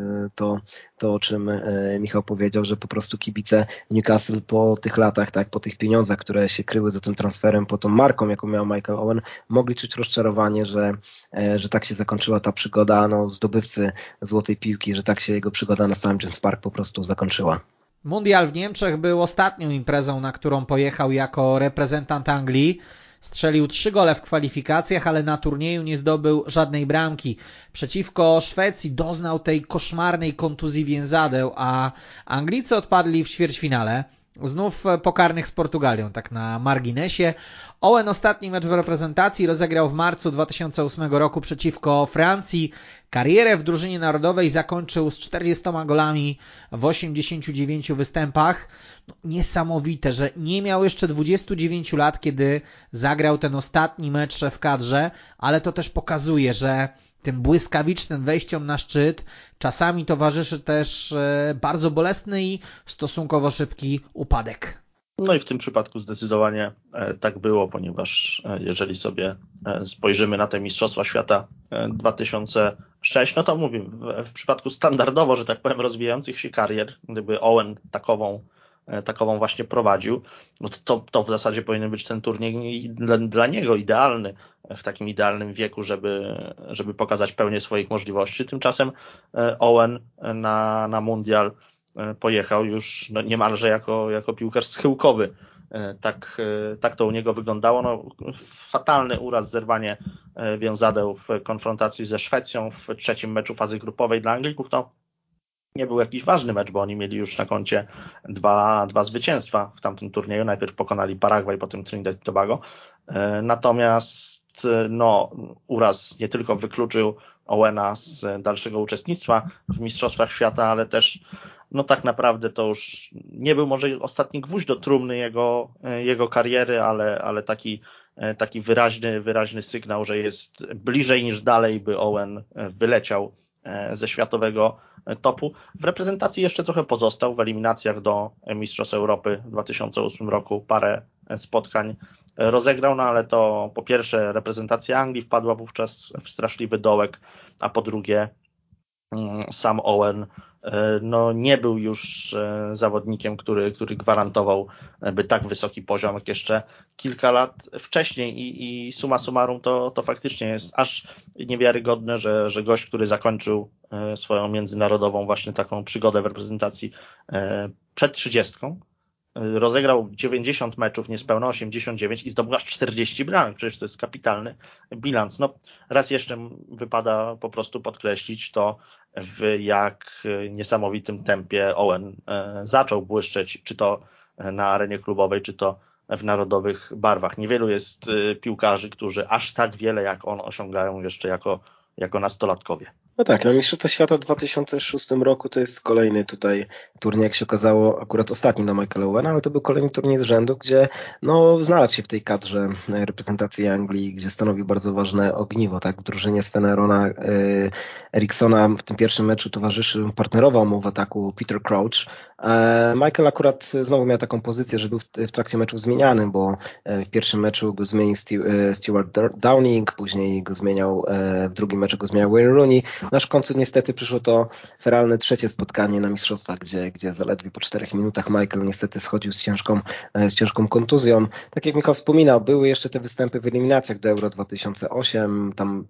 Speaker 4: to o czym Michał powiedział, że po prostu kibice Newcastle po tych latach, tak, po tych pieniądzach, które się kryły za tym transferem, po tą marką, jaką miał Michael Owen, mogli czuć rozczarowanie, że tak się zakończyła ta przygoda zdobywcy złotej piłki, że tak się jego przygoda na St. James Park po prostu zakończyła.
Speaker 2: Mundial w Niemczech był ostatnią imprezą, na którą pojechał jako reprezentant Anglii. Strzelił 3 gole w kwalifikacjach, ale na turnieju nie zdobył żadnej bramki. Przeciwko Szwecji doznał tej koszmarnej kontuzji więzadeł, a Anglicy odpadli w ćwierćfinale. Znów pokarnych z Portugalią, tak na marginesie. Owen ostatni mecz w reprezentacji rozegrał w marcu 2008 roku przeciwko Francji. Karierę w drużynie narodowej zakończył z 40 golami w 89 występach. No, niesamowite, że nie miał jeszcze 29 lat, kiedy zagrał ten ostatni mecz w kadrze, ale to też pokazuje, że tym błyskawicznym wejściom na szczyt czasami towarzyszy też bardzo bolesny i stosunkowo szybki upadek.
Speaker 3: No i w tym przypadku zdecydowanie tak było, ponieważ jeżeli sobie spojrzymy na te Mistrzostwa Świata 2006, no to mówię, w przypadku standardowo, że tak powiem, rozwijających się karier, gdyby Owen takową właśnie prowadził, no to w zasadzie powinien być ten turniej dla niego idealny, w takim idealnym wieku, żeby pokazać pełnię swoich możliwości. Tymczasem Owen na mundial pojechał już no, niemalże jako piłkarz schyłkowy. Tak to u niego wyglądało. No, fatalny uraz, zerwanie więzadeł w konfrontacji ze Szwecją w 3. meczu fazy grupowej dla Anglików. To nie był jakiś ważny mecz, bo oni mieli już na koncie dwa zwycięstwa w tamtym turnieju. Najpierw pokonali Paragwaj, potem Trinidad i Tobago. Natomiast no, uraz nie tylko wykluczył Owena z dalszego uczestnictwa w Mistrzostwach Świata, ale też no tak naprawdę to już nie był może ostatni gwóźdź do trumny jego kariery, ale taki wyraźny sygnał, że jest bliżej niż dalej, by Owen wyleciał ze światowego topu. W reprezentacji jeszcze trochę pozostał, w eliminacjach do Mistrzostw Europy w 2008 roku parę spotkań rozegrał, no ale to po pierwsze reprezentacja Anglii wpadła wówczas w straszliwy dołek, a po drugie sam Owen no, nie był już zawodnikiem, który gwarantowałby tak wysoki poziom jak jeszcze kilka lat wcześniej i summa summarum to faktycznie jest aż niewiarygodne, że gość, który zakończył swoją międzynarodową właśnie taką przygodę w reprezentacji przed 30, rozegrał 90 meczów, niespełna 89 i zdobył aż 40 bramek. Przecież to jest kapitalny bilans. No, raz jeszcze wypada po prostu podkreślić to, w jak niesamowitym tempie Owen zaczął błyszczeć, czy to na arenie klubowej, czy to w narodowych barwach. Niewielu jest piłkarzy, którzy aż tak wiele jak on osiągają jeszcze jako nastolatkowie.
Speaker 4: No tak, no Mistrzostwa Świata w 2006 roku to jest kolejny tutaj turniej, jak się okazało, akurat ostatni na Michaela Owena, ale to był kolejny turniej z rzędu, gdzie no znalazł się w tej kadrze reprezentacji Anglii, gdzie stanowił bardzo ważne ogniwo, tak, w drużynie Svena Arona Erikssona w tym pierwszym meczu towarzyszył, partnerował mu w ataku Peter Crouch. Michael akurat znowu miał taką pozycję, że był w trakcie meczu zmieniany, bo w pierwszym meczu go zmienił Stuart Downing, później go zmieniał, w drugim meczu go zmieniał Wayne Rooney. Aż w końcu niestety przyszło to feralne 3. spotkanie na mistrzostwach, gdzie zaledwie po 4 minutach Michael niestety schodził z ciężką kontuzją. Tak jak Michał wspominał, były jeszcze te występy w eliminacjach do Euro 2008, tam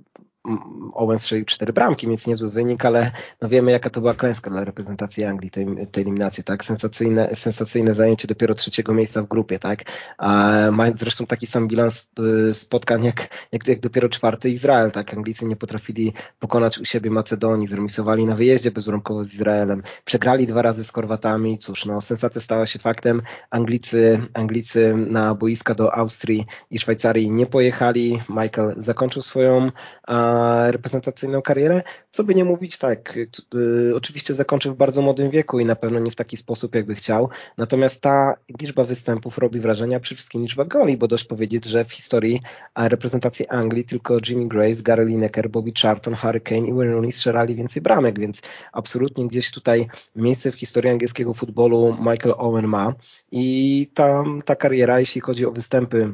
Speaker 4: Owen strzelił 4 bramki, więc niezły wynik, ale no wiemy, jaka to była klęska dla reprezentacji Anglii, tej eliminacji, tak? Sensacyjne zajęcie dopiero 3. miejsca w grupie, tak? Mając zresztą taki sam bilans spotkań jak dopiero 4. Izrael, tak? Anglicy nie potrafili pokonać u siebie Macedonii, zremisowali na wyjeździe bezbramkowo z Izraelem, przegrali 2 razy z Chorwatami, cóż, no sensacja stała się faktem. Anglicy na boiska do Austrii i Szwajcarii nie pojechali. Michael zakończył swoją reprezentacyjną karierę. Co by nie mówić, tak, oczywiście zakończył w bardzo młodym wieku i na pewno nie w taki sposób, jakby chciał. Natomiast ta liczba występów robi wrażenie, a przede wszystkim liczba goli, bo dość powiedzieć, że w historii reprezentacji Anglii tylko Jimmy Graves, Gary Lineker, Bobby Charlton, Harry Kane i Wayne Rooney strzelali więcej bramek, więc absolutnie gdzieś tutaj miejsce w historii angielskiego futbolu Michael Owen ma i ta kariera, jeśli chodzi o występy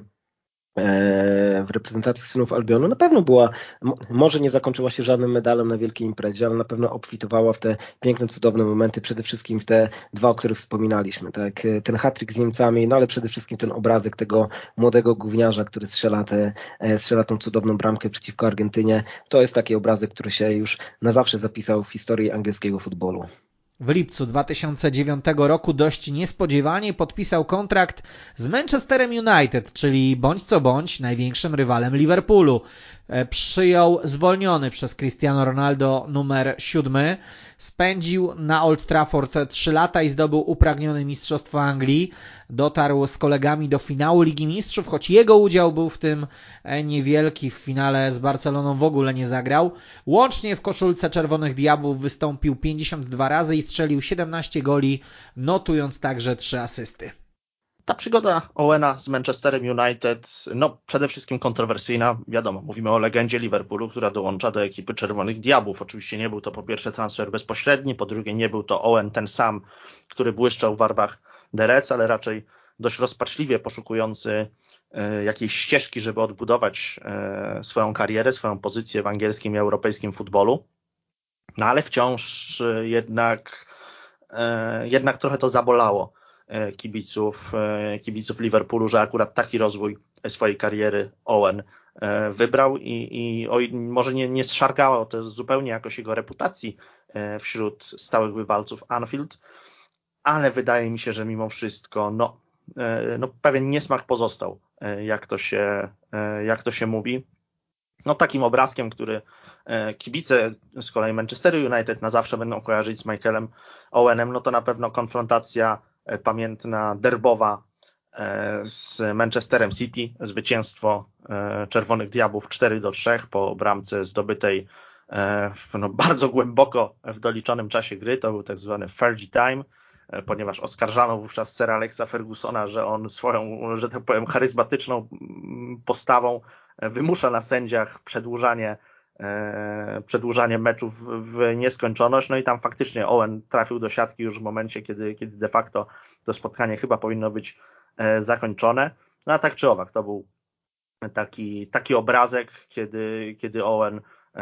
Speaker 4: w reprezentacji synów Albionu na pewno była, może nie zakończyła się żadnym medalem na wielkiej imprezie, ale na pewno obfitowała w te piękne, cudowne momenty, przede wszystkim w te 2, o których wspominaliśmy, tak, ten hat-trick z Niemcami, no ale przede wszystkim ten obrazek tego młodego gówniarza, który strzela tą cudowną bramkę przeciwko Argentynie, to jest taki obrazek, który się już na zawsze zapisał w historii angielskiego futbolu.
Speaker 2: W lipcu 2009 roku dość niespodziewanie podpisał kontrakt z Manchesterem United, czyli bądź co bądź największym rywalem Liverpoolu. Przyjął zwolniony przez Cristiano Ronaldo numer 7, spędził na Old Trafford 3 lata i zdobył upragnione Mistrzostwo Anglii. Dotarł z kolegami do finału Ligi Mistrzów, choć jego udział był w tym niewielki. W finale z Barceloną w ogóle nie zagrał. Łącznie w koszulce Czerwonych Diabłów wystąpił 52 razy i strzelił 17 goli, notując także 3 asysty.
Speaker 3: Ta przygoda Owena z Manchesterem United, no przede wszystkim kontrowersyjna, wiadomo, mówimy o legendzie Liverpoolu, która dołącza do ekipy Czerwonych Diabłów. Oczywiście nie był to po pierwsze transfer bezpośredni, po drugie nie był to Owen ten sam, który błyszczał w barwach The Reds, ale raczej dość rozpaczliwie poszukujący jakiejś ścieżki, żeby odbudować swoją karierę, swoją pozycję w angielskim i europejskim futbolu. No ale wciąż jednak trochę to zabolało kibiców Liverpoolu, że akurat taki rozwój swojej kariery Owen wybrał i może nie zszargało to zupełnie jakoś jego reputacji wśród stałych bywalców Anfield, ale wydaje mi się, że mimo wszystko no pewien niesmak pozostał, jak to się mówi. No takim obrazkiem, który kibice z kolei Manchesteru United na zawsze będą kojarzyć z Michaelem Owenem, no to na pewno konfrontacja pamiętna, derbowa z Manchesterem City, zwycięstwo Czerwonych Diabłów 4-3 po bramce zdobytej bardzo głęboko w doliczonym czasie gry. To był tak zwany Fergie Time, ponieważ oskarżano wówczas Sira Alexa Fergusona, że on swoją, że tak powiem, charyzmatyczną postawą wymusza na sędziach przedłużanie meczów w nieskończoność. No i tam faktycznie Owen trafił do siatki już w momencie, kiedy de facto to spotkanie chyba powinno być zakończone. No a tak czy owak, to był taki obrazek, kiedy Owen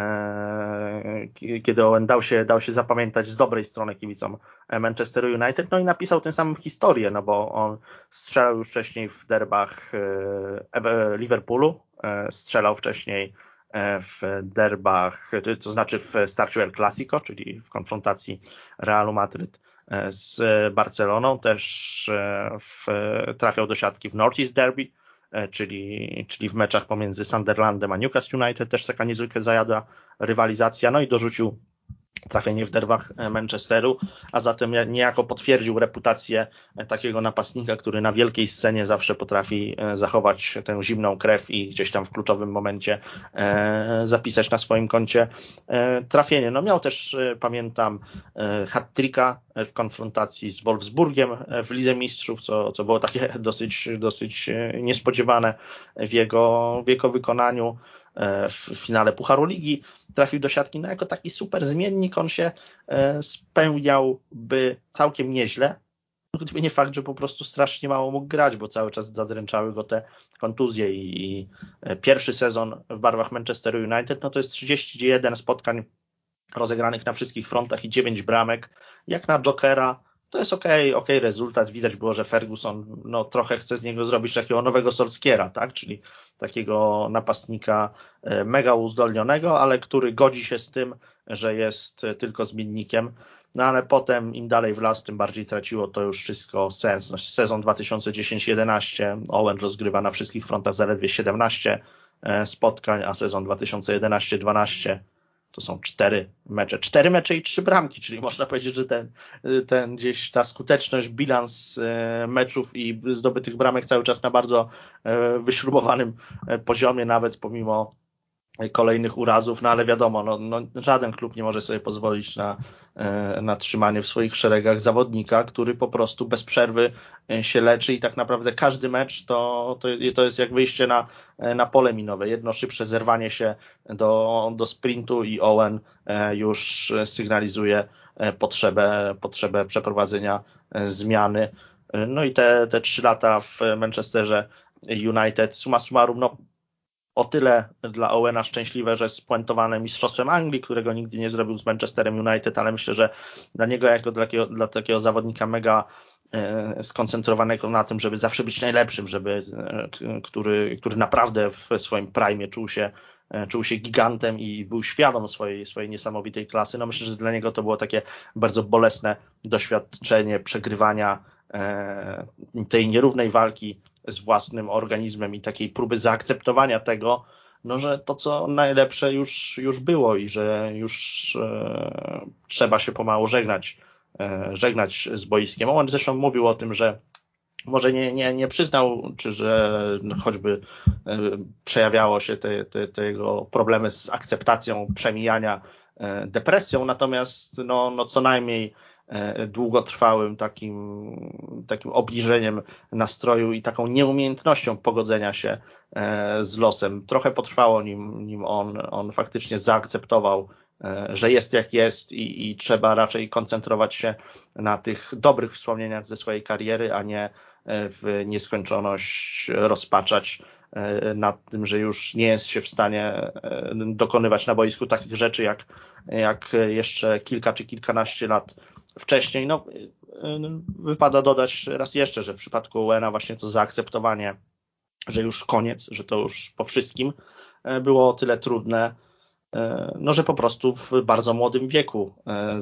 Speaker 3: dał się zapamiętać z dobrej strony kibicom Manchesteru United, no i napisał tym samym historię, no bo on strzelał już wcześniej w derbach Liverpoolu, strzelał wcześniej w derbach, to znaczy w starciu El Clasico, czyli w konfrontacji Realu Madryt z Barceloną, też trafiał do siatki w North East Derby, czyli w meczach pomiędzy Sunderlandem a Newcastle United, też taka niezwykle zajadła rywalizacja, no i dorzucił trafienie w derbach Manchesteru, a zatem niejako potwierdził reputację takiego napastnika, który na wielkiej scenie zawsze potrafi zachować tę zimną krew i gdzieś tam w kluczowym momencie zapisać na swoim koncie trafienie. No miał też, pamiętam, hat-tricka w konfrontacji z Wolfsburgiem w Lidze Mistrzów, co było takie dosyć niespodziewane w jego wykonaniu. W finale Pucharu Ligi trafił do siatki, no jako taki super zmiennik on się spełniałby całkiem nieźle, gdyby nie fakt, że po prostu strasznie mało mógł grać, bo cały czas zadręczały go te kontuzje i pierwszy sezon w barwach Manchesteru United, no to jest 31 spotkań rozegranych na wszystkich frontach i 9 bramek, jak na jokera to jest okej rezultat. Widać było, że Ferguson trochę chce z niego zrobić takiego nowego Solskjaera, tak? Czyli takiego napastnika mega uzdolnionego, ale który godzi się z tym, że jest tylko zmiennikiem. No ale potem im dalej w las, tym bardziej traciło to już wszystko sens. Sezon 2010-11 Owen rozgrywa na wszystkich frontach zaledwie 17 spotkań, a sezon 2011-12 to są 4 mecze i 3 bramki, czyli można powiedzieć, że ten gdzieś ta skuteczność, bilans meczów i zdobytych bramek cały czas na bardzo wyśrubowanym poziomie, nawet pomimo kolejnych urazów, ale wiadomo, żaden klub nie może sobie pozwolić na trzymanie w swoich szeregach zawodnika, który po prostu bez przerwy się leczy i tak naprawdę każdy mecz to jest jak wyjście na pole minowe. Jedno szybsze zerwanie się do sprintu i Owen już sygnalizuje potrzebę przeprowadzenia zmiany. No i te 3 lata w Manchesterze United, summa summarum, o tyle dla Owena szczęśliwe, że spuentowane mistrzostwem Anglii, którego nigdy nie zrobił z Manchesterem United, ale myślę, że dla niego jako dla takiego zawodnika mega skoncentrowanego na tym, żeby zawsze być najlepszym, który naprawdę w swoim prime czuł się gigantem i był świadom swojej niesamowitej klasy. No myślę, że dla niego to było takie bardzo bolesne doświadczenie przegrywania tej nierównej walki z własnym organizmem i takiej próby zaakceptowania tego, że to co najlepsze już było i że już trzeba się pomału żegnać z boiskiem. On zresztą mówił o tym, że może nie przyznał, czy że choćby przejawiało się te jego problemy z akceptacją przemijania depresją, natomiast co najmniej długotrwałym takim obniżeniem nastroju i taką nieumiejętnością pogodzenia się z losem. Trochę potrwało, nim on faktycznie zaakceptował, że jest jak jest i trzeba raczej koncentrować się na tych dobrych wspomnieniach ze swojej kariery, a nie w nieskończoność rozpaczać nad tym, że już nie jest się w stanie dokonywać na boisku takich rzeczy jak jeszcze kilka czy kilkanaście lat wcześniej. Wypada dodać raz jeszcze, że w przypadku Owena właśnie to zaakceptowanie, że już koniec, że to już po wszystkim było o tyle trudne, że po prostu w bardzo młodym wieku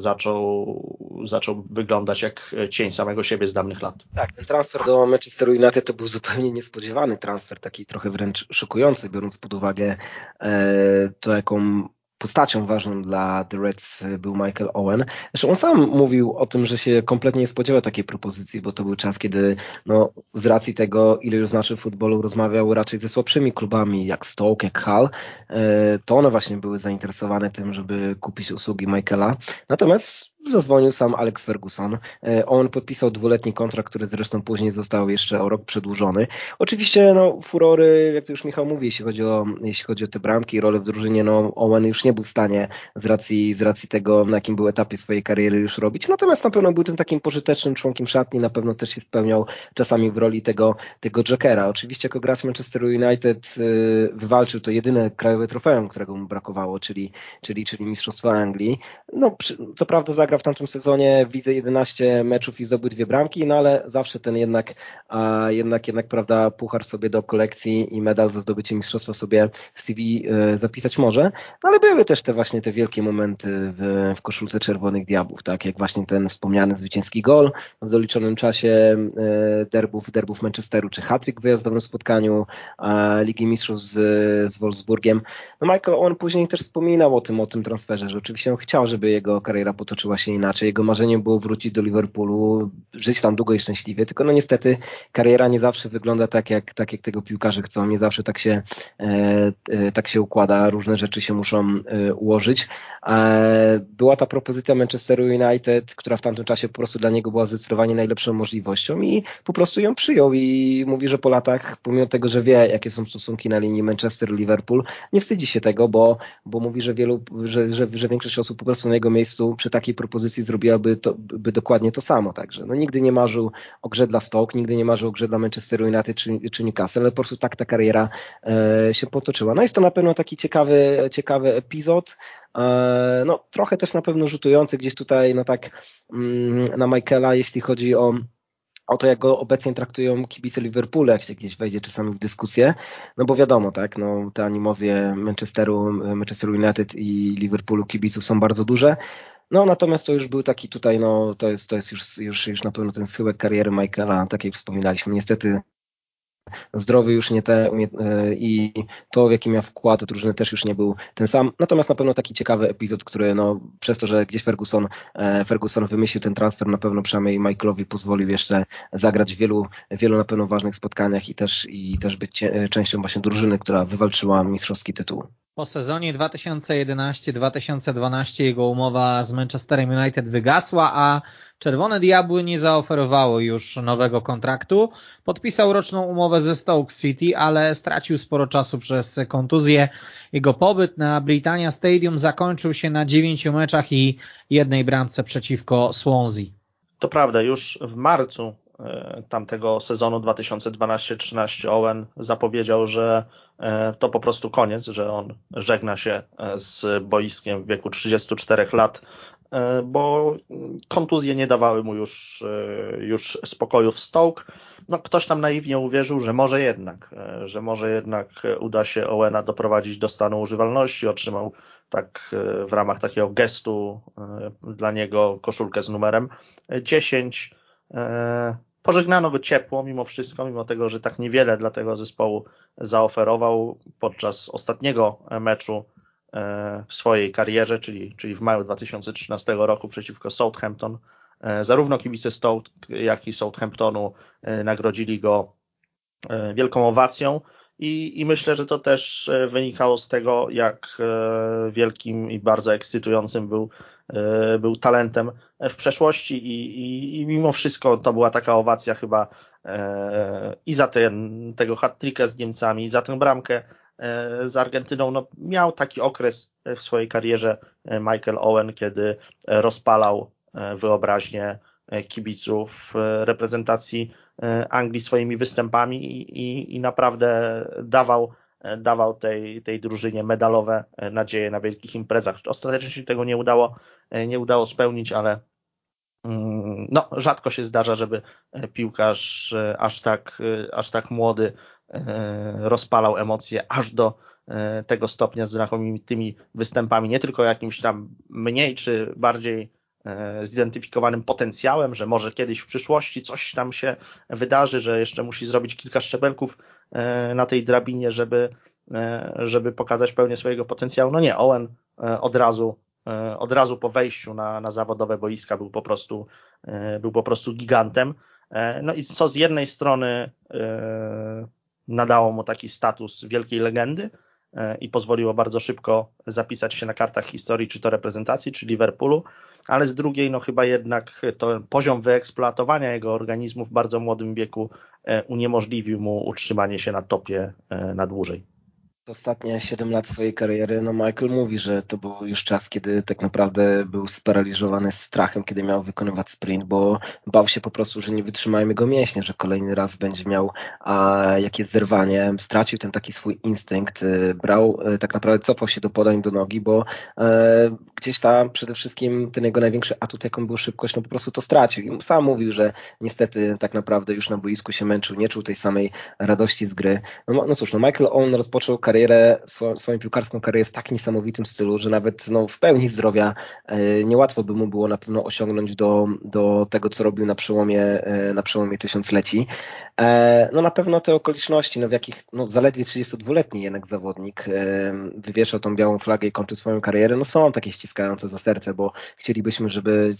Speaker 3: zaczął wyglądać jak cień samego siebie z dawnych lat.
Speaker 4: Tak, ten transfer do Manchesteru United to był zupełnie niespodziewany transfer, taki trochę wręcz szokujący, biorąc pod uwagę to, jaką postacią ważną dla The Reds był Michael Owen. Zresztą on sam mówił o tym, że się kompletnie nie spodziewał takiej propozycji, bo to był czas, kiedy z racji tego, ile już znaczy w futbolu, rozmawiał raczej ze słabszymi klubami, jak Stoke, jak Hull, to one właśnie były zainteresowane tym, żeby kupić usługi Michaela. Natomiast zadzwonił sam Alex Ferguson. On podpisał 2-letni kontrakt, który zresztą później został jeszcze o rok przedłużony. Oczywiście furory, jak to już Michał mówi, jeśli chodzi o te bramki i rolę w drużynie, Owen już nie był w stanie z racji tego, na jakim był etapie swojej kariery już robić. Natomiast na pewno był tym takim pożytecznym członkiem szatni, na pewno też się spełniał czasami w roli tego jokera. Oczywiście jako gracz Manchesteru United wywalczył to jedyne krajowe trofeum, którego mu brakowało, czyli Mistrzostwo Anglii. Co prawda zagrał w tamtym sezonie w lidze 11 meczów i zdobył 2 bramki, ale zawsze ten jednak prawda, puchar sobie do kolekcji i medal za zdobycie mistrzostwa sobie w CV zapisać może. Ale były też te wielkie momenty w koszulce Czerwonych Diabłów, tak jak właśnie ten wspomniany zwycięski gol w zaliczonym czasie derbów Manchesteru, czy hat-trick w wyjazdowym spotkaniu Ligi Mistrzów z Wolfsburgiem. Michael Owen później też wspominał o tym transferze, że oczywiście on chciał, żeby jego kariera potoczyła się inaczej. Jego marzeniem było wrócić do Liverpoolu, żyć tam długo i szczęśliwie, tylko niestety kariera nie zawsze wygląda tak jak tego piłkarze chcą, nie zawsze tak się układa, różne rzeczy się muszą ułożyć. Była ta propozycja Manchesteru United, która w tamtym czasie po prostu dla niego była zdecydowanie najlepszą możliwością i po prostu ją przyjął i mówi, że po latach, pomimo tego, że wie, jakie są stosunki na linii Manchester-Liverpool, nie wstydzi się tego, bo mówi, że większość osób po prostu na jego miejscu przy takiej propozycji propozycji zrobiłaby by dokładnie to samo. Także no, nigdy nie marzył o grze dla Stoke, nigdy nie marzył o grze dla Manchesteru United czy Newcastle, ale po prostu tak ta kariera się potoczyła. No jest to na pewno taki ciekawy epizod. No trochę też na pewno rzutujący gdzieś tutaj no tak na Michaela, jeśli chodzi o to, jak go obecnie traktują kibice Liverpoolu, jak się gdzieś wejdzie czasami w dyskusję, no bo wiadomo, tak, no te animozje Manchesteru United i Liverpoolu kibiców są bardzo duże, no natomiast to już był taki tutaj, no to jest już na pewno ten schyłek kariery Michaela, tak jak wspominaliśmy, niestety zdrowy już nie i to, w jaki miał wkład do drużyny, też już nie był ten sam. Natomiast na pewno taki ciekawy epizod, który no, przez to, że gdzieś Ferguson wymyślił ten transfer, na pewno przynajmniej Michaelowi pozwolił jeszcze zagrać w wielu na pewno ważnych spotkaniach i też być częścią właśnie drużyny, która wywalczyła mistrzowski tytuł.
Speaker 2: Po sezonie 2011-2012 jego umowa z Manchesterem United wygasła, a Czerwone Diabły nie zaoferowało już nowego kontraktu. Podpisał roczną umowę ze Stoke City, ale stracił sporo czasu przez kontuzję. Jego pobyt na Britannia Stadium zakończył się na 9 meczach i 1 bramce przeciwko Swansea.
Speaker 3: To prawda, już w marcu tamtego sezonu 2012-13 Owen zapowiedział, że to po prostu koniec, że on żegna się z boiskiem w wieku 34 lat, bo kontuzje nie dawały mu już spokoju w Stoke. No, ktoś tam naiwnie uwierzył, że może jednak uda się Owena doprowadzić do stanu używalności. Otrzymał tak w ramach takiego gestu dla niego koszulkę z numerem 10. Pożegnano go ciepło mimo wszystko, mimo tego, że tak niewiele dla tego zespołu zaoferował podczas ostatniego meczu w swojej karierze, czyli w maju 2013 roku przeciwko Southampton. Zarówno kibice Stoke, jak i Southamptonu nagrodzili go wielką owacją i myślę, że to też wynikało z tego, jak wielkim i bardzo ekscytującym był talentem w przeszłości i mimo wszystko to była taka owacja chyba i za tego hat-tricka z Niemcami, i za tę bramkę z Argentyną. No, miał taki okres w swojej karierze Michael Owen, kiedy rozpalał wyobraźnię kibiców reprezentacji Anglii swoimi występami i naprawdę dawał tej drużynie medalowe nadzieje na wielkich imprezach. Ostatecznie się tego nie udało spełnić, ale no, rzadko się zdarza, żeby piłkarz aż tak młody rozpalał emocje aż do tego stopnia z znakomitymi występami, nie tylko jakimś tam mniej czy bardziej zidentyfikowanym potencjałem, że może kiedyś w przyszłości coś tam się wydarzy, że jeszcze musi zrobić kilka szczebelków na tej drabinie, żeby pokazać pełnię swojego potencjału. No nie, Owen od razu po wejściu na zawodowe boiska był po prostu gigantem. No i co z jednej strony nadało mu taki status wielkiej legendy i pozwoliło bardzo szybko zapisać się na kartach historii, czy to reprezentacji, czy Liverpoolu, ale z drugiej no chyba jednak to poziom wyeksploatowania jego organizmu w bardzo młodym wieku uniemożliwił mu utrzymanie się na topie na dłużej.
Speaker 4: Ostatnie 7 lat swojej kariery, no Michael mówi, że to był już czas, kiedy tak naprawdę był sparaliżowany strachem, kiedy miał wykonywać sprint, bo bał się po prostu, że nie wytrzymają jego mięśnie, że kolejny raz będzie miał jakieś zerwanie, stracił ten taki swój instynkt, tak naprawdę cofał się do podań do nogi, bo gdzieś tam przede wszystkim ten jego największy atut, jaką był szybkość, no po prostu to stracił i sam mówił, że niestety tak naprawdę już na boisku się męczył, nie czuł tej samej radości z gry. No cóż, no Michael Owen rozpoczął swoją piłkarską karierę w tak niesamowitym stylu, że nawet no, w pełni zdrowia niełatwo by mu było na pewno osiągnąć do tego, co robił na przełomie tysiącleci. No na pewno te okoliczności, no w jakich no, zaledwie 32-letni jednak zawodnik wywieszał tą białą flagę i kończył swoją karierę, no są takie ściskające za serce, bo chcielibyśmy, żeby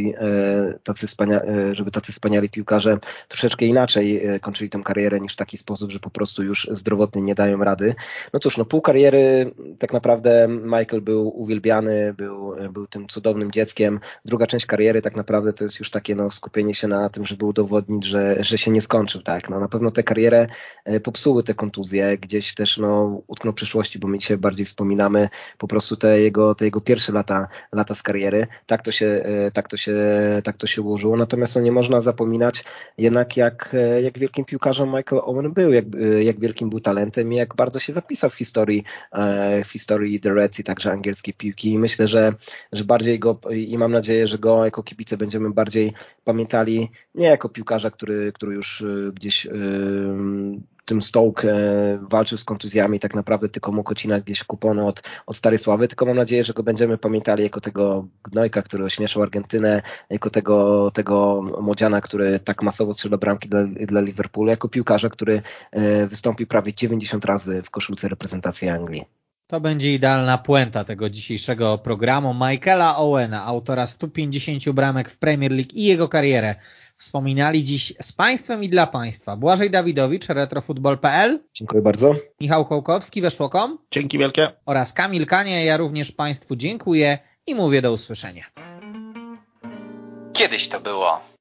Speaker 4: tacy wspaniali piłkarze troszeczkę inaczej kończyli tę karierę niż w taki sposób, że po prostu już zdrowotnie nie dają rady. No cóż, no pół kariery tak naprawdę Michael był uwielbiany, był tym cudownym dzieckiem. Druga część kariery tak naprawdę to jest już takie no, skupienie się na tym, żeby udowodnić, że się nie skończył, tak? tak. No, na pewno tę karierę popsuły te kontuzje, gdzieś też utknął w przyszłości, bo my dzisiaj bardziej wspominamy po prostu te jego pierwsze lata z kariery. Tak to się ułożyło. Natomiast nie można zapominać jednak jak wielkim piłkarzem Michael Owen był, jak wielkim był talentem i jak bardzo się zapisał w historii The Reds i także angielskiej piłki. I myślę, że bardziej go i mam nadzieję, że go jako kibice będziemy bardziej pamiętali nie jako piłkarza, który już gdzieś tym Stoke walczył z kontuzjami, tak naprawdę tylko mógł odcinać gdzieś kupony od starej sławy, tylko mam nadzieję, że go będziemy pamiętali jako tego gnojka, który ośmieszał Argentynę, jako tego młodziana, który tak masowo strzela bramki dla Liverpoolu, jako piłkarza, który wystąpił prawie 90 razy w koszulce reprezentacji Anglii.
Speaker 2: To będzie idealna puenta tego dzisiejszego programu. Michaela Owena, autora 150 bramek w Premier League i jego karierę, wspominali dziś z Państwem i dla Państwa Błażej Dawidowicz, retrofutbol.pl.
Speaker 4: Dziękuję bardzo.
Speaker 2: Michał Kołkowski, Weszło.com.
Speaker 3: Dzięki wielkie.
Speaker 2: Oraz Kamil Kania. Ja również Państwu dziękuję i mówię do usłyszenia.
Speaker 1: Kiedyś to było.